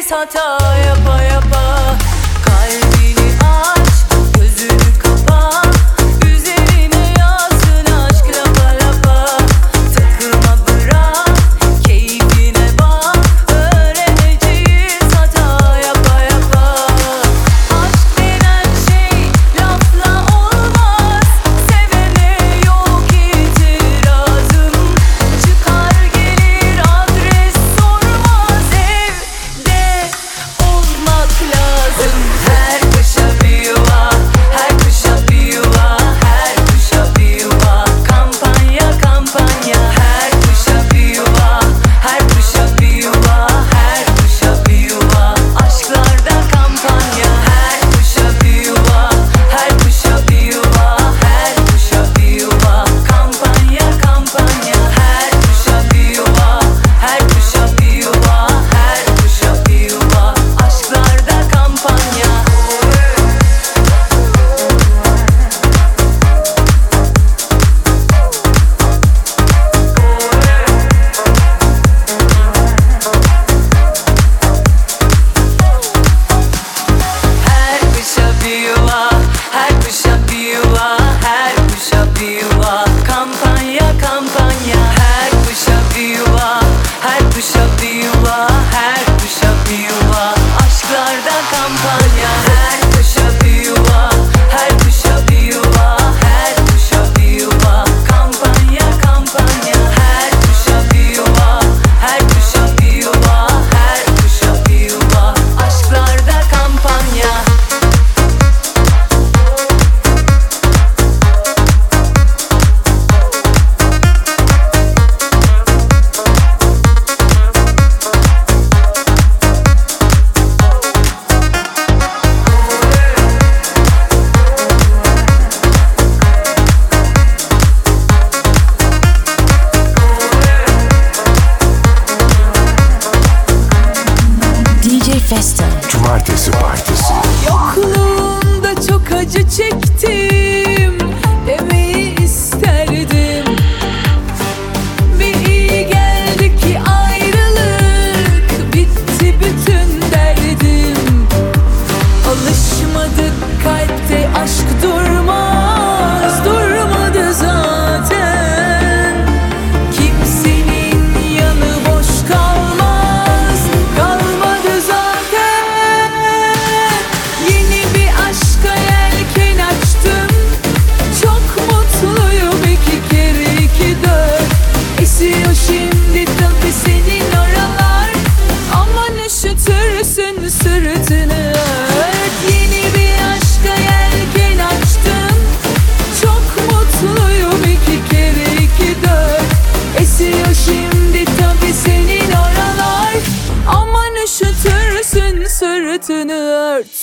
Speaker 5: hata yapa yapa. Kalbini aç, gözünü kapa, üzerine yazsın aşk lapa lapa. Takılma bırak, keyfine bak, öğreneceğiz hata yapa yapa. Aşk denen şey lafla olmaz, sevene yok itirazım. Çıkar gelir adres sormaz, evde olmak lazım. Her kışa bir yuva, her kışa bir yuva, her kışa bir yuva. Kampanya kampanya, her kışa bir yuva, her kışa bir yuva, her kışa bir yuva. Aşklarda kampanya, her kışa bir yuva, her kışa bir yuva, her kışa bir yuva. Kampanya kampanya, her kışa bir yuva, her kışa bir yuva, her kışa bir yuva. Aşklarda kampanya. Her kışa bir yuva, her kışa bir yuva, her kışa bir yuva. Kampanya kampanya, her kışa bir yuva, her kışa bir yuva, her kışa bir yuva. Aşklarda kampanya. Her kışa bir yuva, her kışa bir yuva, her kışa bir yuva. Kampanya kampanya, her kışa bir yuva, her kışa bir yuva, her kışa bir yuva. Aşklarda kampanya.
Speaker 2: DJ Festo.
Speaker 1: Cumartesi Partisi.
Speaker 5: Yokluğunda çok acı çektim demeyi isterdim. Bir iyi geldi ki ayrılık, bitti bütün derdim. Alışmadık kalpte aşk durmaz, durmadı zaten. Kimsenin yanı boş kalmaz, kalmadı zaten. Yeni bir aşka yelken açtım, çok mutluyum iki kere iki dört. Esiyor şimdi tabii senin oralar, aman üşütürsün sırtını ört. Yeni bir aşka yelken açtım, çok mutluyum iki kere iki dört. Esiyor şimdi tabii senin oralar, aman üşütürsün sırtını ört.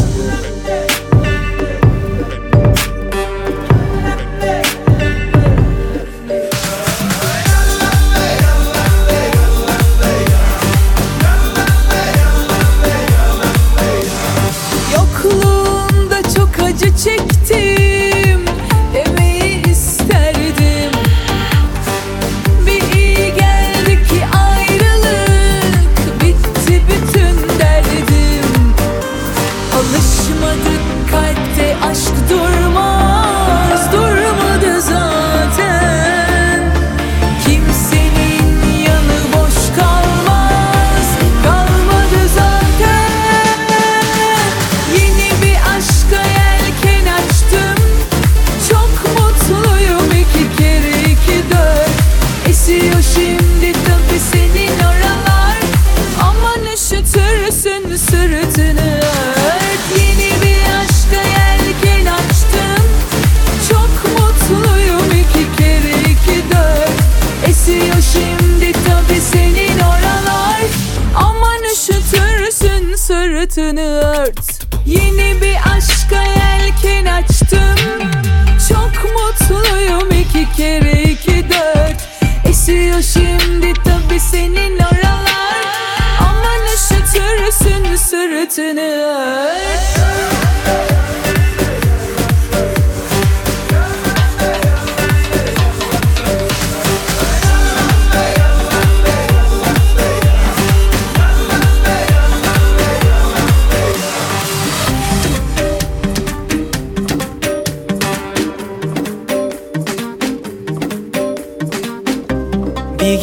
Speaker 5: Yokluğunda çok acı çektim demeyi isterdim. Bir iyi geldi ki ayrılık, bitti bütün derdim. Alışmadık kalpte aşk durmaz, durmadı zaten. Kimsenin yanı boş kalmaz, kalmadı zaten. Yeni bir aşka yelken açtım, çok mutluyum iki kere iki dört. Esiyor şimdi tabii senin oralar, aman üşütürsün sırtını ört. Yeni bir aşka yelken açtım, çok mutluyum iki kere iki dört. Esiyor şimdi tabii senin oralar, aman üşütürsün sırtını ört. Yeni bir aşka yelken açtım, çok mutluyum iki kere iki dört. Esiyor şimdi tabii senin oralar, aman üşütürsün sırtını ört.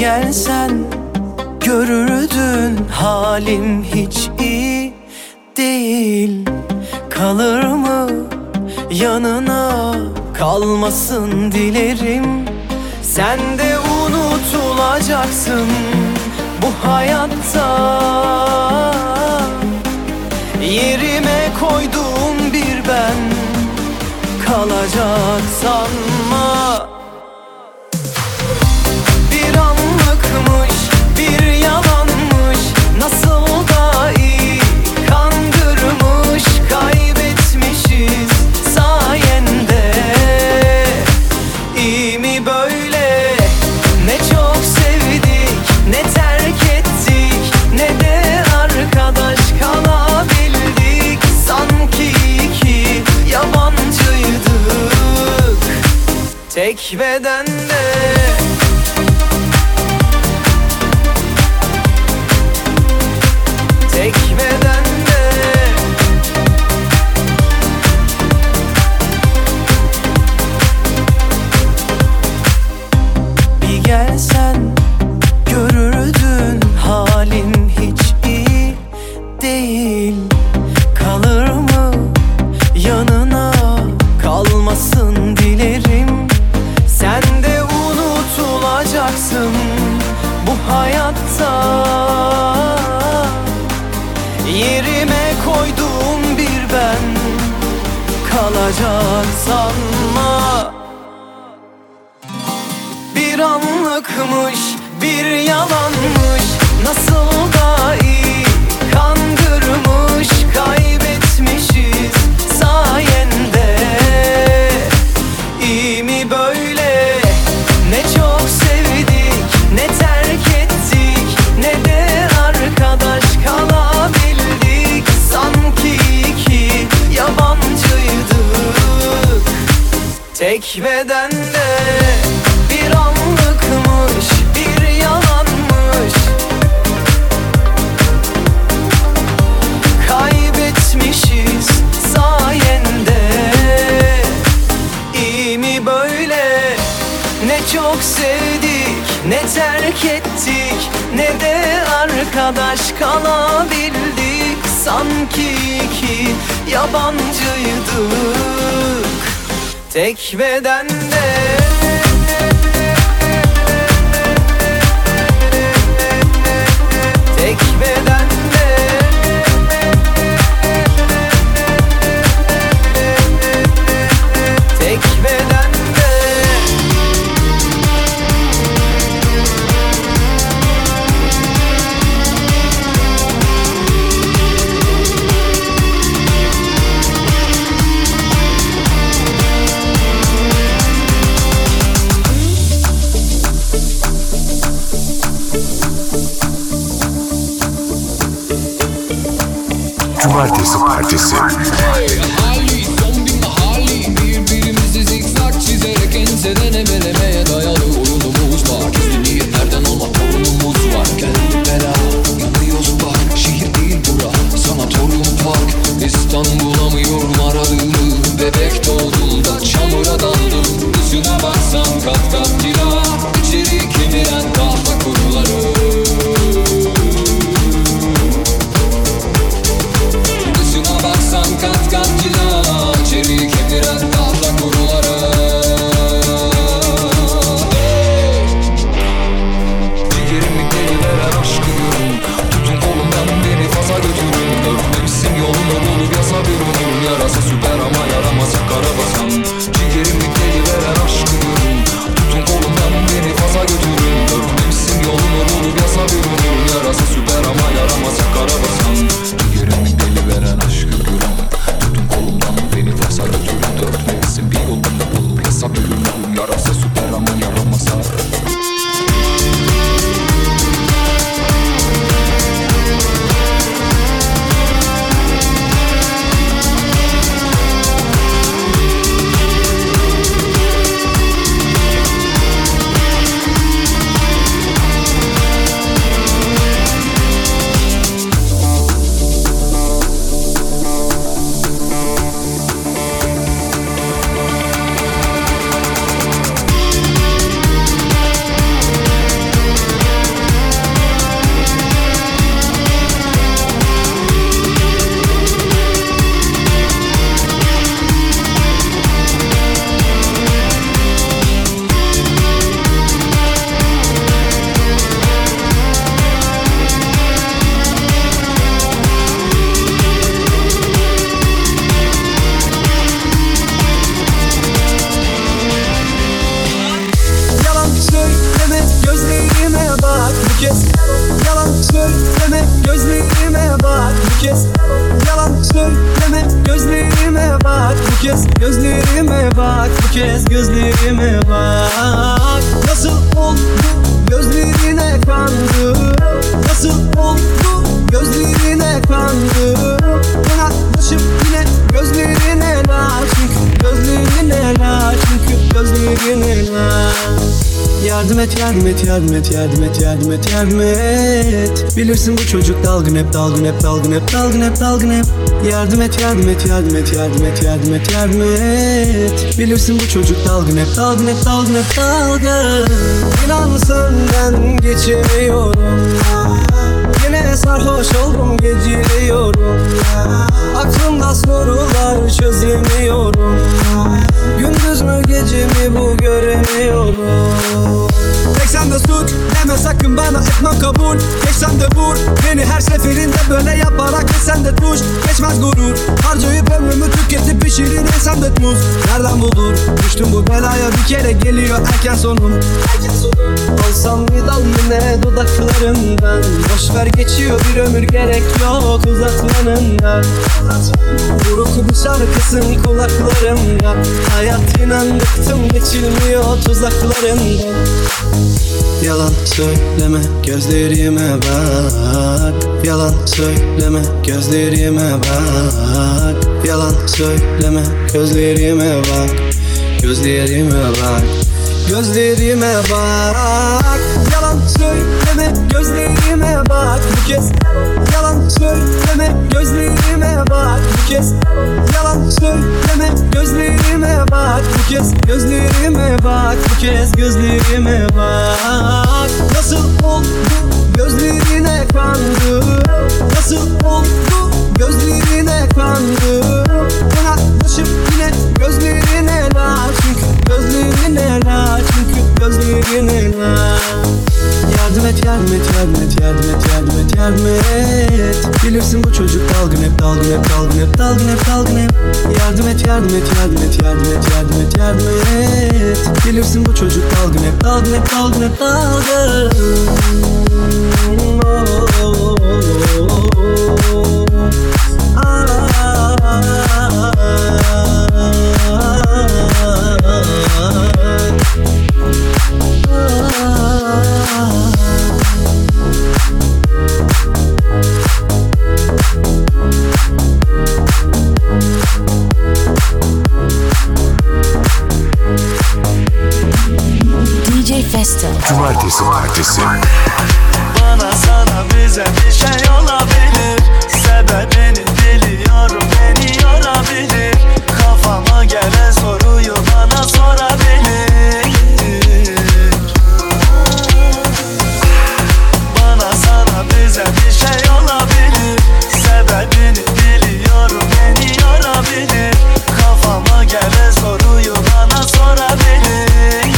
Speaker 9: gelsen görürdün halim hiç iyi değil. Kalır mı yanına, kalmasın dilerim. Sen de unutulacaksın bu hayatta. Yerime koyduğum bir ben kalacak sanma. Bir anlıkmış, bir yalanmış, nasıl da iyi kandırmış. Kaybetmişiz sayende. İyi mi böyle? Ne çok sevdik, ne terk ettik, ne de arkadaş kalabildik. Sanki iki yabancıydık tek bedende. Tek bedende. Bir gelsen görürdün halim hiç iyi değil. Kalır mı yanına, kalmasın dilerim. Sen de unutulacaksın bu hayatta. Yerime koyduğum bir ben kalacak sanma. Bir anlıkmış, bir yalanmış, nasıl da iyi kandırmış. Kaybetmişiz sayende. İyi mi böyle? Ne çok sevdik, ne terk ettik, ne de arkadaş kalabildik. Sanki iki yabancıydık tek bedende. Bir anlıkmış, bir yalanmış, kaybetmişiz sayende. İyi mi böyle? Ne çok sevdik, ne terk ettik, ne de arkadaş kalabildik. Sanki iki yabancıydık tek bedende. Tek bedende. Tek bedende.
Speaker 1: Cumartesi Partisi.
Speaker 12: Hali, son bir mahali. Birbirimizi zikzak çizerek enseden emelemeye dayalı oyunumuz var. Gizli niyetlerden olma torunumuz var. Geldi bela, yanıyoruz bak. Şehir değil bura, sanatoryum park. İstanbul'a mı yorum aradığımı. Bebek doğduğunda çamura daldım. Üstüne baksan kat kat kira. İçeri kemiren tahta kuruları. Baksan kat kat cila, içeri kemiren tahta kuruları.
Speaker 9: kez yalan söyleme, gözlerime bak bu kez, gözlerime bak bu kez, gözlerime bak. Nasıl oldu gözlerine kandım, nasıl oldu gözlerine kandım. Yanaklaşıp yine gözlerine la, çünkü gözlerine la, çünkü gözlerine la. Yardım et, yardım et, yardım et, yardım et, yardım et, yardım et. Bilirsin bu çocuk dalgın hep, dalgın hep, dalgın hep, dalgın hep, dalgın hep. Yardım et, yardım et, yardım et, yardım et, yardım et, yardım et. Bilirsin bu çocuk dalgın hep, dalgın hep, dalgın hep, dalgın. İnan senden geçemiyorum, yine sarhoş oldum, geciliyorum. Aklımda sorular çözemiyorum, gündüz mü gece mi bu göremiyorum. Tek sen de suç deme sakın bana, etmem kabul. Geçsem de vur beni her seferinde böyle yaparak, geçsen de tuş geçmez gurur. Harcayıp ömrümü tüketip pişirir ensem de tuz. Nereden bulur düştüm bu belaya, bir kere geliyor erken sonum. Olsam bir dal yine dudaklarından, boşver geçiyor bir ömür, gerek yok uzatmanından. Buruk bir şarkısın kulaklarımda, hayat inan bıktım geçilmiyor tuzaklarından. Yalan söyleme gözlerime bak, yalan söyleme gözlerime bak, yalan söyleme gözlerime bak, gözlerime bak, gözlerime bak. Yalan söyleme gözlerime bak bu kez, yalan söyleme gözlerime bak bu kez, yalan söyleme gözlerime bak bu kez, gözlerime bak bu kez, gözlerime bak. Nasıl oldu gözlerine kandım, nasıl oldu gözlerine kandım. Yanaklaşıp yine gözlerine la, çünkü gözlerine la, çünkü gözlerine la. Yardım et, yardım et, yardım et, yardım et, yardım et, yardım et. Bilirsin bu çocuk dalgın hep, dalgın hep, dalgın hep, dalgın hep, dalgın hep. Yardım et, yardım et, yardım et, yardım et, yardım et, yardım et. Bilirsin bu çocuk dalgın hep, dalgın hep, dalgın hep, dalgın.
Speaker 2: DJ Festo.
Speaker 1: Cumartesi Partisi.
Speaker 6: Bana sana bize bir şey olabilir, sebebini biliyorum, beni yorabilir. Kafama gelen soruyu bana sorabilir. Bana sana bize bir şey olabilir, sebebini biliyorum, beni yorabilir. Kafama gelen soruyu bana sorabilir.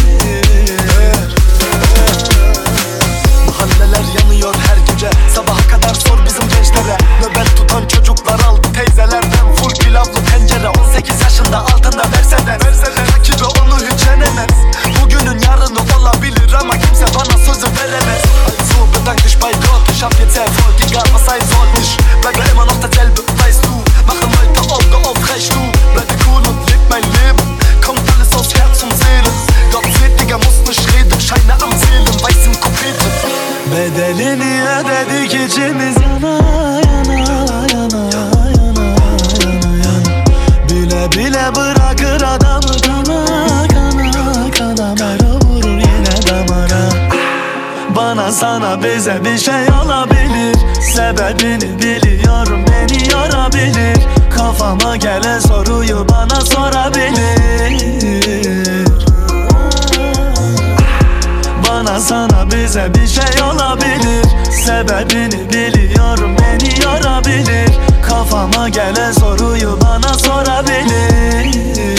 Speaker 6: Mahalleler yanıyor her gece, sabaha kadar sor bizim gençlere. Nöbet tutan çocuklar aldı teyzelerden full pilavlı tencere. 18 yaşında altında Mercedes, rakibi onu hiç yenemez. Bugünün yarını olabilir ama kimse bana sözü veremez. Also bedank dich bei Gott, ich hab jetzt Erfolg, egal was sein soll. Ich bleibe immer noch derselbe, weißt du. Mache weiter, Auge aufrecht, du. Bleibe cool und leb mein Leben, kommt alles aus Herz und Seele. Gott seht, Digga, muss nicht reden, Scheine am Seelen, weißen Kopete. Bedelini ödedik içimiz yana yana yana yana yana. Bile bile bırakır adamı kana kana kana. Mera vurur yine damara. Bana sana bize bir şey olabilir, sebebini biliyorum, beni yorabilir. Kafama gelen soruyu bana sorabilir. Bana sana bize bir şey olabilir, sebebini biliyorum, beni yorabilir. Kafama gelen soruyu bana sorabilir.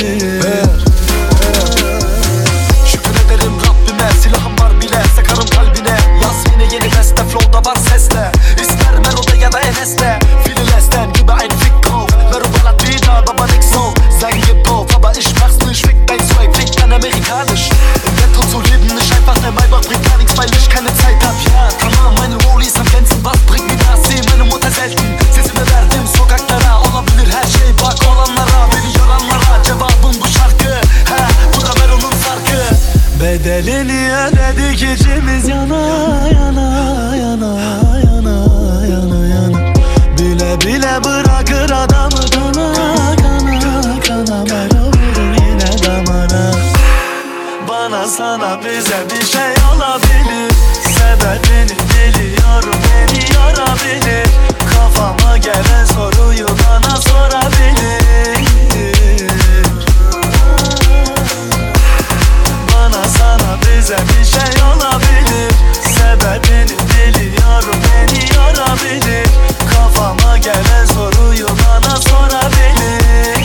Speaker 6: Şükür ederim Rabbime, silahım var bile, sakarım kalbine. Yaz yine yeni beste, flow'da var sesle. İster Melo'da ya da Enes'te. Fililesten gibi ein Fick-Kauf, Meru Latina, Baba Nixon. Sein gibt auf, aber ich mach's nicht, fick dein Swag, fick dein amerikanisch. Im Ghetto zu leben ist einfach der Maybach, bringt gar nichts, weil ich keine Zeit hab. Ja, tamam, meine Rollies am Glänzen, was bringt mir das? Seh meine Mutter selten, sie sind mir wert.
Speaker 13: Bile bile bırakır adamı kana kana kana. Bana vurur yine damana. Bana sana bize bir şey olabilir. Sebebini biliyorum, beni yorabilir. Kafama gelen soruyu bana sorabilir. Bana sana bize bir şey olabilir. Sebebini biliyorum, beni yorabilir. Kafama gelen soruyu bana sorabilir.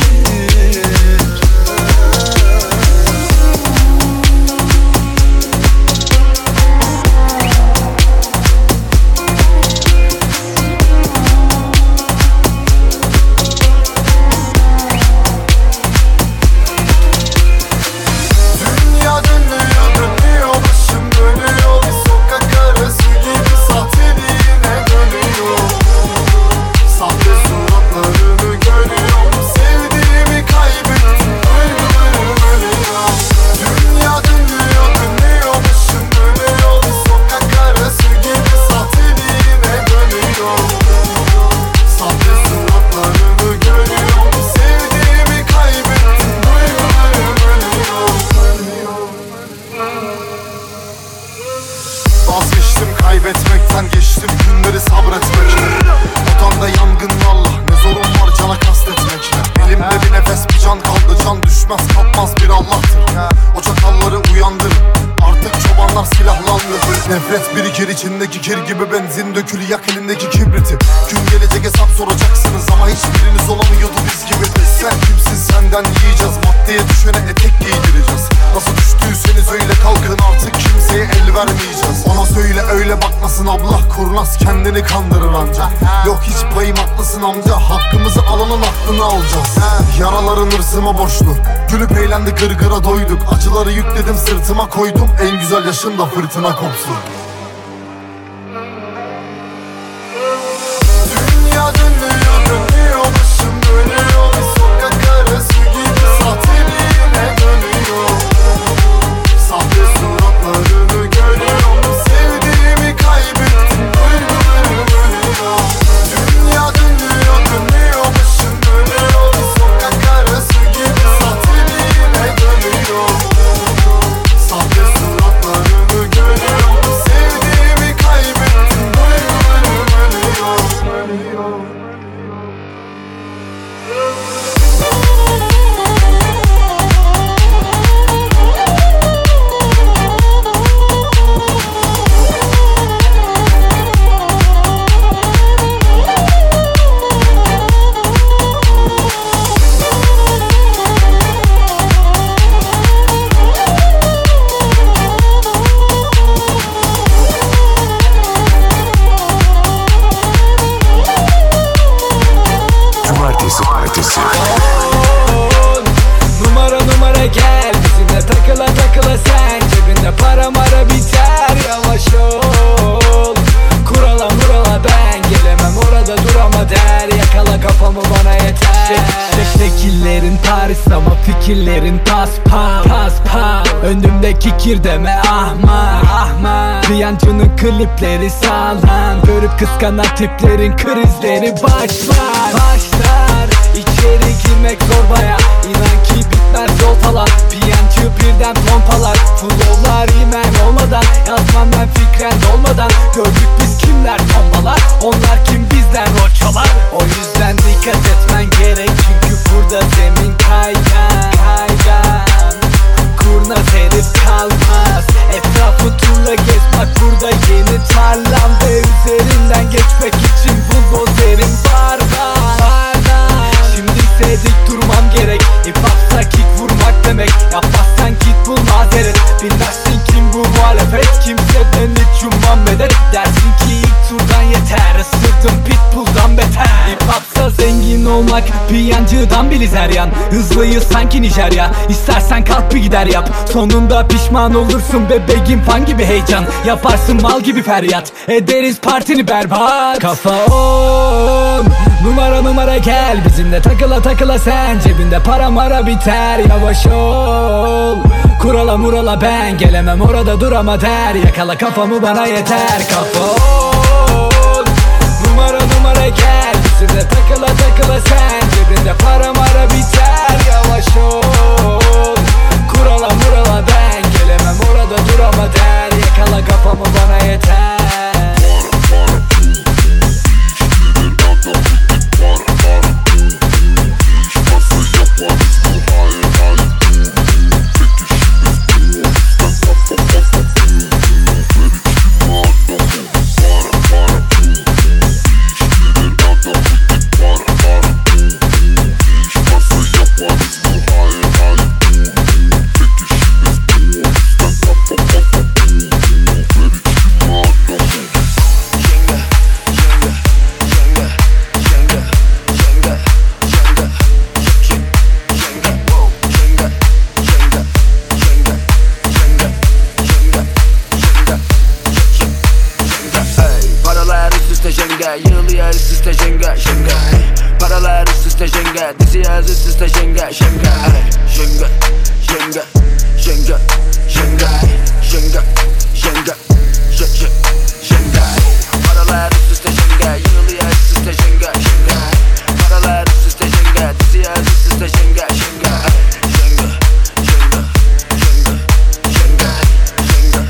Speaker 14: Kaybetmekten geçtim günleri sabretmekle. Odamda yangınlarla ne zorun var cana kastetmekle. Elimde bir nefes bir can kaldı, can düşmez kalkmaz bir Allah'tır. O çakalları uyandırın, artık çobanlar silahlandı. Nefret birikir içindeki kir gibi, benzin dökülü yak elindeki kibriti. Gün gelecek hesap soracaksınız ama hiçbiriniz olamıyordu biz gibi. Sen kimsin, senden yiyeceğiz, maddeye düşene etek giydireceğiz. Nasıl düştüyseniz öyle kalkın, artık kimseye el vermeyeceğiz. Ona söyle öyle bakmasın abla, kurnaz kendini kandırır anca. Yok hiç payım haklısın amca, hakkımızı alanın aklını alacağız. Yaraların hırsıma borçlu, gülüp eğlendi gırgıra doyduk. Acıları yükledim sırtıma koydum, en güzel yaşında fırtına kopsun. Dünya dönüyor dönüyor, başım dönüyor. Bir sokak arası gibi sahteliğine dönüyor. Sahte suratlarını görüyorum, sevdiğimi kaybettim, duygularım ölüyor. Dünya dönüyor dönüyor, başım dönüyor. Bir sokak arası gibi sahteliğine dönüyor. Sahte suratlarını görüyorum, sevdiğimi kaybettim, duygularım ölüyor.
Speaker 1: Cumartesi Partisi.
Speaker 15: Numara numara gel bizimle takıla takıla sen. Cebinde para mara biter, yavaş ol. Kurala murala ben gelemem, orada durama der. Yakala kafamı bana yeter. Şekillerin Paris ama fikirlerin paspas paspas. Önümdeki kir deme ahmak ahmak. Piyancının klipleri sağlam, görüp kıskanan tiplerin krizleri başlar. İçeri girmek zor baya, İnan ki bitmez yol falan. Piyancı birden pompalar, flowlar imen olmadan. Yazmam ben fikren olmadan. Gördük biz kimler tombalar, onlar kim bizden roçalar. O yüzden dikkat etmen gerek, çünkü burada zemin kaygan kaygan. Kurnaz herif kalmaz, etrafı turla gez, bak burada yeni tarlam. Ve üzerinden geçmek için buldozerim var. Şimdi ise dik durmam gerek, hip hopsa kick vurmak demek. Yapmazsan git bul mazeret, bilmezsin kim bu muhalefet. Kimseden hiç ummam medet, dersin ki ilk turdan yeter. Isırdım pitbull'dan beter. Hip hopsa zengin olmak piyancıdan biliz her yan. Hızlıyız sanki Nijerya, İstersen kalk bir gider yap. Sonunda pişman olursun bebeğim, fan gibi heyecan. Yaparsın mal gibi feryat, ederiz partini berbat. Kafa on, numara numara gel bizimle takıla takıla sen. Cebinde para mara biter, yavaş ol. Kurala murala ben gelemem, orada durama der. Yakala kafamı bana yeter. Kafa on, numara gel, bizimle takıla takıla sen. Cebinde para mara biter, yavaş ol. Kurala murala ben gelemem, orada durama der. Yakala kafamı bana yeter.
Speaker 16: Yığılıyor üst üste jenga jenga. Paralar üst üste jenga, dizi yaz üst üste jenga jenga. Jenga jenga jenga jenga jenga jenga jenga. Paralar üst üste jenga, yığılıyor üst üste jenga jenga. Paralar üst üste jenga, dizi yaz üst üste jenga jenga. Jenga jenga jenga jenga jenga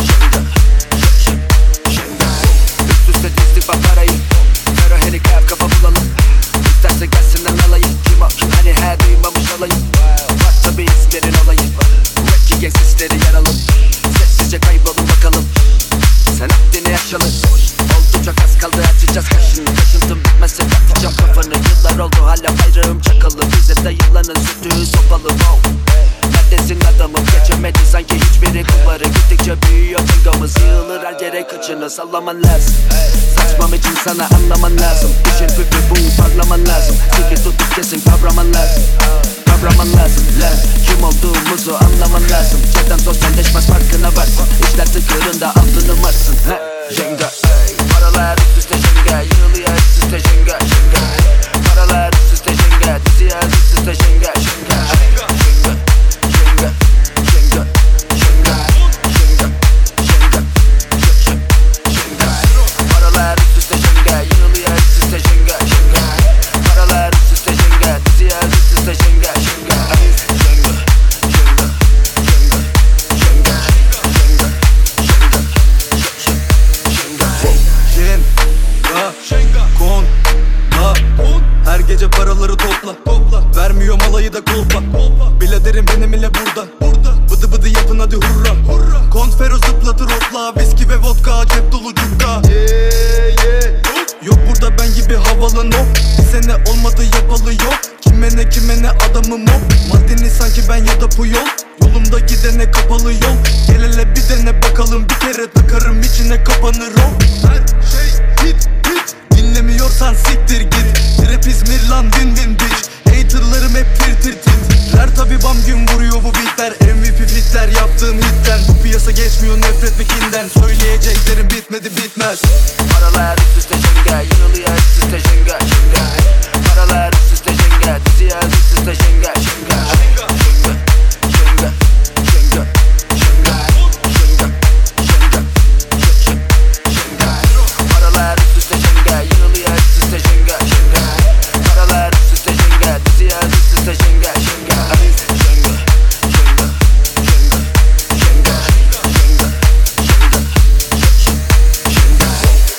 Speaker 16: jenga jenga. Üst üste dizdik bak parayı. Kara helikap kafa bulalım. İsterse gelsinler alayım. Kim o kim hani her duymamış olayım. Bak tabi izlerin olayı. Rap gang sisleri yaralım. Sessizce kaybolun bakalım. Sen haddini yaşalı. Oldu çok az kaldı açacağız kaşını. Kaşıntım bitmezse katacağım kafanı. Yıllar oldu hala bayrağım çakalı. Bize dayılanın sütü sopalı. Neredesin adamım, geçemedi sanki hiçbiri kulvarı. Gittikçe büyüyor tengamız, yığılır her yere kıçını sallaman lazım. Saçmam için sana anlaman lazım. İşin püfü bu, parlaman lazım. Sıkı tutup kesin kavraman lazım. Kavraman lazım lan, kim olduğumuzu anlaman lazım. Çeden sosyalleşmez farkına varsın. İşler tıkırında altını varsın. Jenga, paralar üst üste jenga, yığılıyor üst üste jenga jenga. Paralar üst üste jenga, dizi yaz üst üste jenga jenga. Jenga jenga jenga jenga jenga jenga. Paralar üst üste jenga, yığılıyor üst üste jenga jenga. Paralar üst üste jenga, dizi yaz üst üste jenga jenga. Jenga jenga jenga jenga jenga jenga.
Speaker 9: Kon her gece paraları topla. Vermiyor malayı da kulpa. Biladerim benim ile burada. Bıdı bıdı yapın hadi hurra. Konfero zıplatır hopla. Viski ve vodka cep dolu cukka. Yok burada ben gibi havalı no. Bir sene olmadı yapalı yok. Kime ne adamım o. Maddeni sanki ben ya da Puyol. Yolumda gidene kapalı yol. Gel hele bir dene bakalım, bir kere takarım içine kapanır o. Her şey hit. Dinlemiyorsan siktir git. Rap İzmir lan din bitch. Haterlarım hep tir. Ler tabi bam gün vuruyor bu beatler. MVP fitler yaptığım hitten. Bu piyasa geçmiyor nefret ve kinden. Söyleyeceklerim bitmez.
Speaker 16: Paralar üst üste jenga, yığılıyor üst üste jenga jenga. Paralar üst üste jenga, dizi yaz üst üste jenga jenga. Jenga jenga jenga jenga jenga jenga. Paralar üst üste jenga, yığılıyor üst üste jenga jenga. Paralar üst üste jenga, dizi yaz üst üste jenga jenga. Jenga jenga jenga jenga jenga jenga.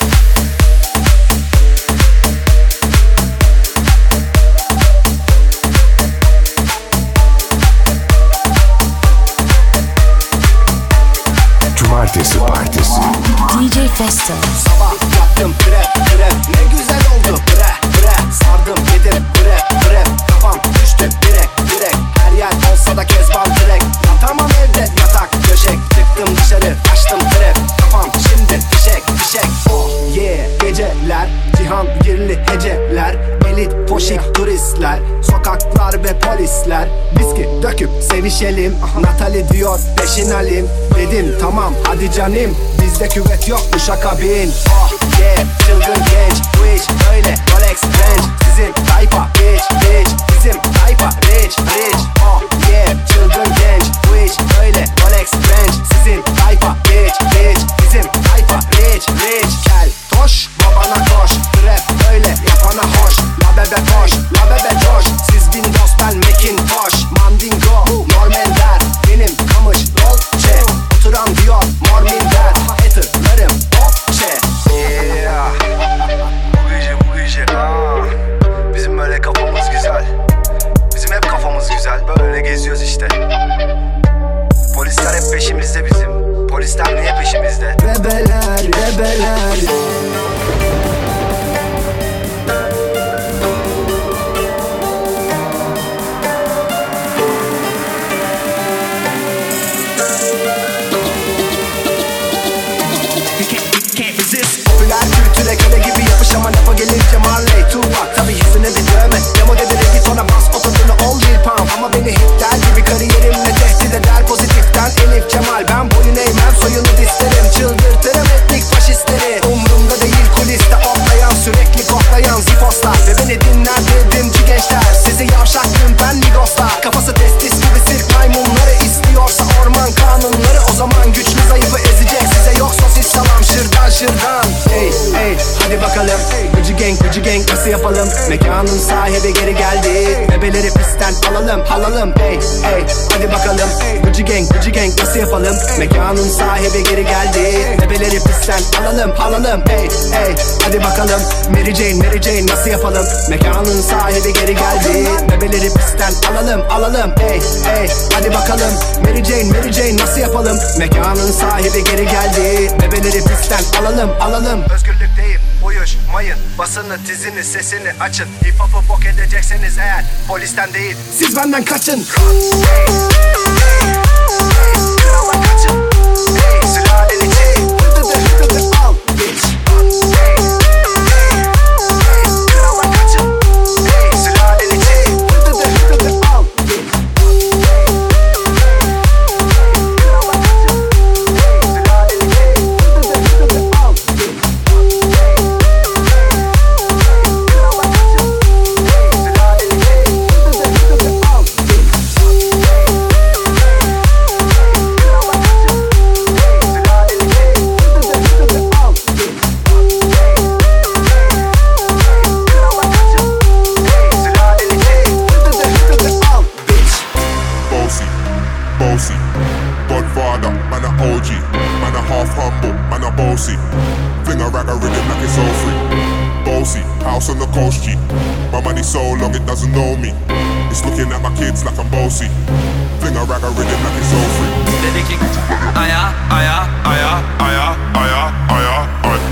Speaker 1: Cumartesi Partisi.
Speaker 2: DJ Festo.
Speaker 17: Sabah yaptım prep ne güzel oldu bre sardım yedim bre kafam düştü direkt her yer olsa da kezban direkt yatamam evde yatak döşek çıktım dışarı açtım trap kafam şimdi fişek oh yeah geceler cihan girli heceler elit poşik turistler sokaklar ve polisler viski döküp sevişelim Natali diyor peşin alim dedim tamam hadi canım bizde küvet yok bu şaka bin oh yeah çılgın genç bu iş öyle Rolex Range sizin tayfa bitch bizim tayfa rich oh yeah çılgın genç bu iş öyle Rolex Range sizin tayfa bitch bizim tayfa rich kel toş babana koş La bebe koş, la bebe coş. Siz Windows ben Macintosh. Mandingo, Normender. Benim kamış Dolce. Oturan diyor mor minder. Haterlarım Dolce.
Speaker 18: Yeah. Bu gece bizim böyle kafamız güzel. Bizim hep kafamız güzel. Böyle geziyoruz işte. Polisler hep peşimizde bizim. Polisler niye peşimizde?
Speaker 17: Bebeler, bebeler. Popüler kültüre köle gibi yapış ama lafa gelince Marley Tupac. Tabi yüzüne bir dövme. Demo dediler git ona bas otodunu ol bir pound. Ama beni hit der gibi kariyerimle tehdit eder pozitiften Elif Kemal. Ben boyun eğmem soyunu isterim. Çıldırtırım etnik faşistleri. Umrumda değil kuliste otlayan sürekli koklayan zifoslar. Ve beni dinler devrimci gençler. Sizi yavşak lümpen migoslar. Kafası testis gibi sirk maymunları. İstiyorsa orman kanunları. O zaman güçlü zayıfı ezecek. Size yok sosis salam şırdan şırdan. Hey hey hadi bakalım. Gıcı gang nasıl yapalım? Mekanın sahibi geri geldi. Bebeleri pistten alalım alalım. Hey hey hadi bakalım. Gıcı gang nasıl yapalım? Mekanın sahibi geri geldi. Bebeleri pistten alalım alalım. Hey hey hadi bakalım. Mary Jane nasıl yapalım? Mekanın sahibi geri geldi. Bebeleri pistten alalım alalım. Hey hey hadi bakalım. Mary Jane nasıl yapalım? Mekanın sahibi geri geldi. Bebeleri pistten alalım.
Speaker 18: Özgürlükteyim, uyuşmayın. Basını, dizini, sesini açın. Hip hop'u bok edecekseniz eğer polisten değil,
Speaker 17: siz benden kaçın.
Speaker 18: Krala kaçın. Hey, sülaleni çek.
Speaker 17: Hıdıdı al bitch.
Speaker 18: Krala kaçın. Hey, sülaleni çek.
Speaker 17: Hıdıdı al bitch.
Speaker 18: Krala kaçın. Hey, sülaleni çek.
Speaker 17: Hıdıdı al bitch.
Speaker 18: Krala kaçın. Hey, sülaleni çek.
Speaker 17: Hıdıdı al bitch.
Speaker 14: Bossy, Godfather, man a OG, man a half humble, man a bossy. Fling a rag a rhythm like it's all free. Bossy, house on the coast G. My money so long it doesn't know me. It's looking at my kids like I'm bossy. Fling a rag a rhythm like it's all free.
Speaker 19: Dedi ki aya aya aya aya aya aya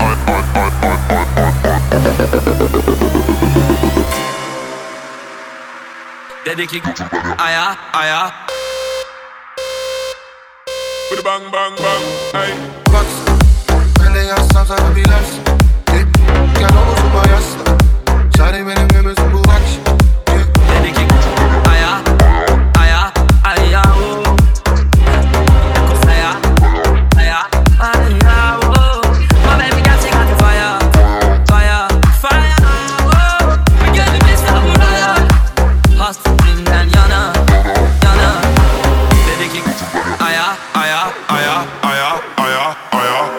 Speaker 19: dedi ki aya aya.
Speaker 14: Bang bang bang, hey.
Speaker 20: Bak, ben de yazsam sana bilersin. Gel omuzuma yasla. Çare benim ömrüm bu akşam.
Speaker 19: Dedi ki aya aya aya o. Aya aya aya o. My baby got take out the fire, fire, fire. Oh, we get the best of buraya. Hasretimden yana, yana. Dedi ki aya aya aya aya aya aya.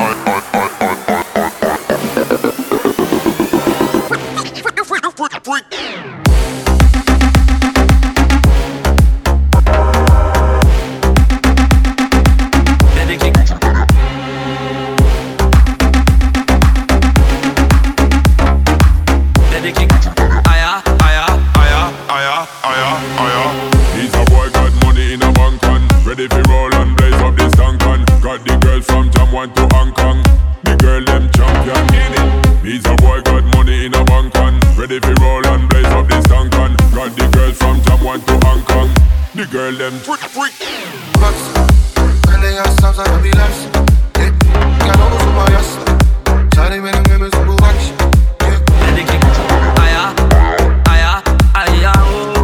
Speaker 14: He's a boy got money in a bank and ready for roll and blaze up this tank and got the girl from Jamwan to Hong Kong. The girl them champion. He's a boy got money in a bank and ready for roll and blaze up this tank and got the girl from Jamwan to Hong Kong. The girl them freak.
Speaker 20: Bak, ben de yazsam sana bilersin. Gel omuzuma yasla. Çare benim ömrüm bu akşam.
Speaker 19: Dedi ki aya aya aya o.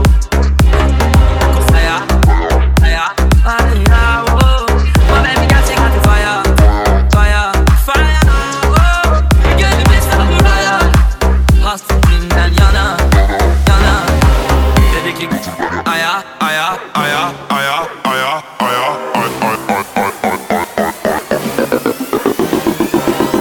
Speaker 19: Aya aya aya o. My baby got take out the fire, fire, fire. Oh, we get the best of buraya. Hasretimden yana, yana. Dedi ki aya aya aya aya aya aya.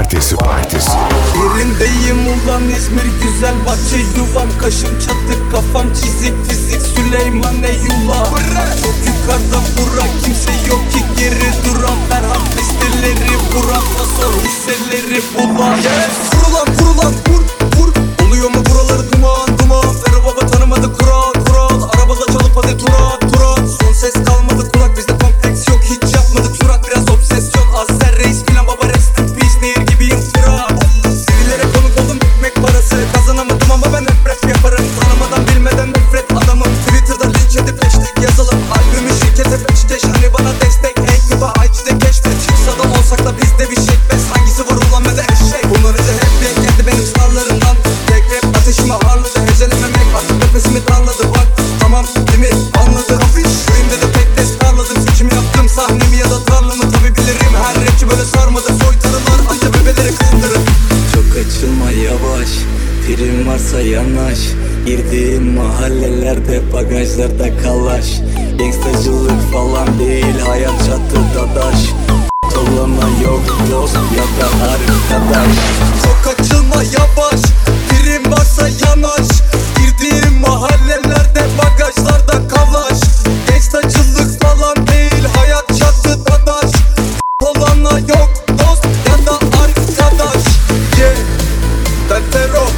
Speaker 1: Partisi.
Speaker 9: Yerindeyim ulan İzmir güzel bahçe yuvam. Kaşım çatık kafam çizik fizik Süleyman Eyvallah. Çok yukarıda bura kimse yok ki geri duran. Ferhat listeleri Burak'la sor hisseleri bulan. Vurulan vur. Oluyor mu buraları duman. Ferro baba tanımadı kural. Arabada çalıp hadi turan. Son ses kalmadı kulak bizde kompleks yok. Hiç yapmadık surat biraz obsesyon. Azzer reis filan baba rest in peace. Nehir gibiyim fırat. Sevilere konuk oldum ekmek parası. Kazanamadım ama ben hep rap yaparım. Tanımadan bilmeden nefret adamım. Twitter'da linç edip hashtag yazalım. Albümü şirkete peşteş hani bana destek. En kıba IG'de keşfet. Çıksa da olsak da bizde bir şey bes. Hangisi var ulan ve de eşek. Bunları da hep denk geldi benim starlarımdan. Tek rap ateşime harladı. Hecelememek artık nefesimi darladı. Bak tamam değil mi anladı. Köyümde de pek test darladım. Seçimi yaptım sahnemi ya da tarlamı. Tabi bilirim her rapçi böyle sarmadı. Soytarılar anca bebeleri kızdırır.
Speaker 15: Çok açılma yavaş, prim varsa yanaş. Girdiğim mahallelerde bagajlarda kalaş. Gangstacılık falan değil hayat çatıda daş. Dolana yok dost ya da arkadaş.
Speaker 9: Çok açılma yavaş, prim varsa yanaş. Girdiğim mahallelerde bagajlarda kalaş. Gangstacılık falan değil hayat çatıda daş. Dolana yok dost ya da arkadaş. Ben Ferro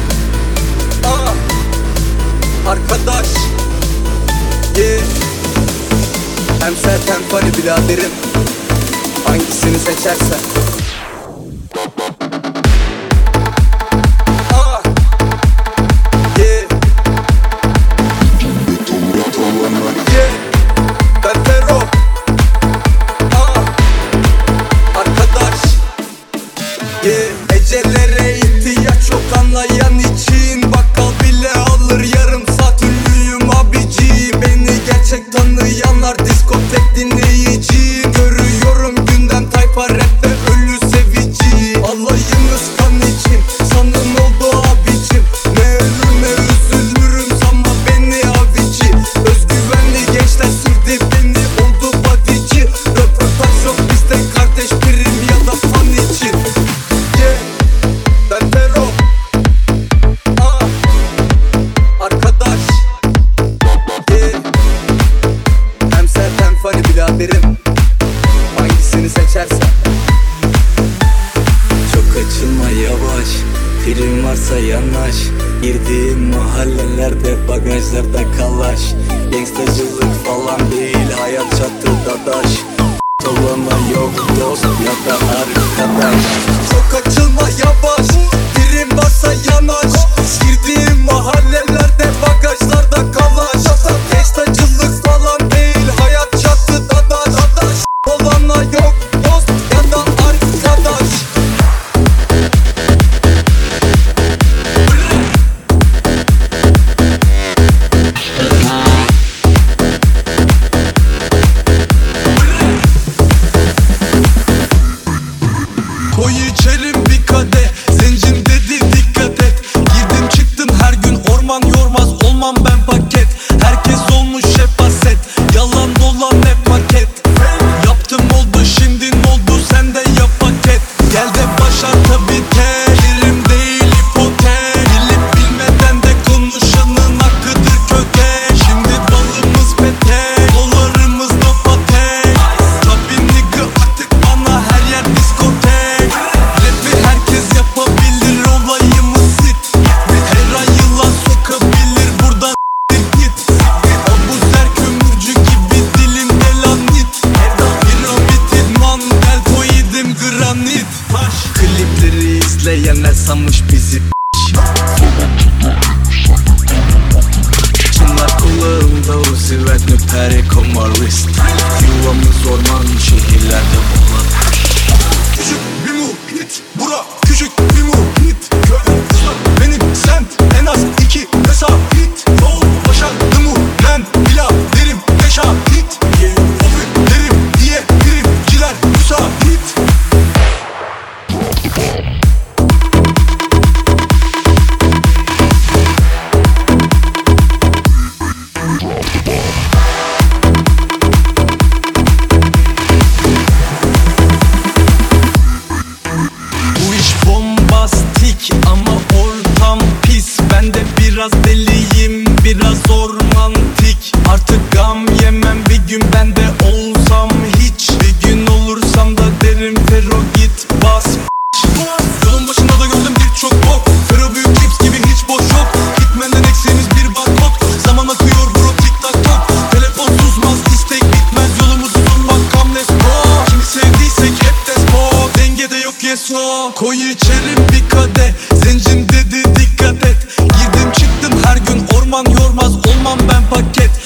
Speaker 9: arkadaş. Hem sert hem funny biraderim. Hangisini seçersen. Ben Ferro arkadaş. Ecelere ihtiyaç yok anlayan için. Bakkal bile alır yarım saat ünlüyüm abici. Beni gerçek tanıyanlar diskotek dinleyiciyim. Görüyorum gündem tayfa rapte ölü sevici. Alayınız kan için sanın oldu abicim. Ne ölür ne üzülürüm sanma beni avici. Özgüvenli gençler sürdü beni oldu badici. Röportaj yok bizde kardeş prim ya da fan için. Ben Ferro arkadaş. Hem sert hem funny biraderim. Hangisini seçersen.
Speaker 15: Çok açılma yavaş, prim varsa yanaş. Girdiğim mahallelerde bagajlarda kalaş. Gangstacılık falan değil hayat çatıda daş. Dolana yok dost ya da arkadaş.
Speaker 9: Çok açılma yavaş, prim varsa yanaş. Girdiğim mahallelerde bagajlarda kalaş. Gangstacılık falan değil hayat çatıda daş. Dolana yok dost ya da arkadaş. Koy içerim bir kadeh, zencin dedi dikkat et. Girdim çıktım her gün orman yormaz olmam ben paket. Herkes olmuş şefaset, yalan dolan hep paket. Yaptım oldu şimdi oldu sen de yap paket. Gel de başar tabi terim değil ipotek. Bilip bilmeden de konuşanın hakkıdır kötek. Şimdi balımız petek, dolarımız da patek. Tabi nigga artık bana her yer diskotek. Rap'i herkes yapabilir olayımız hit. Her ay yılan sokabilir buradan git. Abuzer kömürcü gibi dilimde lanit. Piramit idman gel koydum granit. Klipleri izleyenler sanmış bizi Çınlar kulağımda Uzi ve Nüperi Komarist. Yuvamız orman şehirlerde olan. Küçük bir muhit, bura küçük bir muhit. Köyün kızlar benim semt en az 2 mesafit. Yol başardı mı ben biraderim ne şahit. Ofi derim diye birimciler müsait. Biraz deliyim, biraz romantik. Artık gam yemem, bir gün ben de olsam hiç. Bir gün olursam da derim Fero git bas. Yolun başında da gördüm birçok bok. Fero büyük cips gibi hiç boş yok. Gitmenden eksiğimiz bir barkod. Zaman akıyor bro tik tak tok. Telefon susmaz, istek bitmez. Yolumuzu sunmak kamles bro. Kimi sevdiysek hep despo. Dengede yok yes o. Koy içerim bir kadeh. Zencim dedi dikkat et. Girdim çıktım her gün orman yormaz. Olmam ben paket.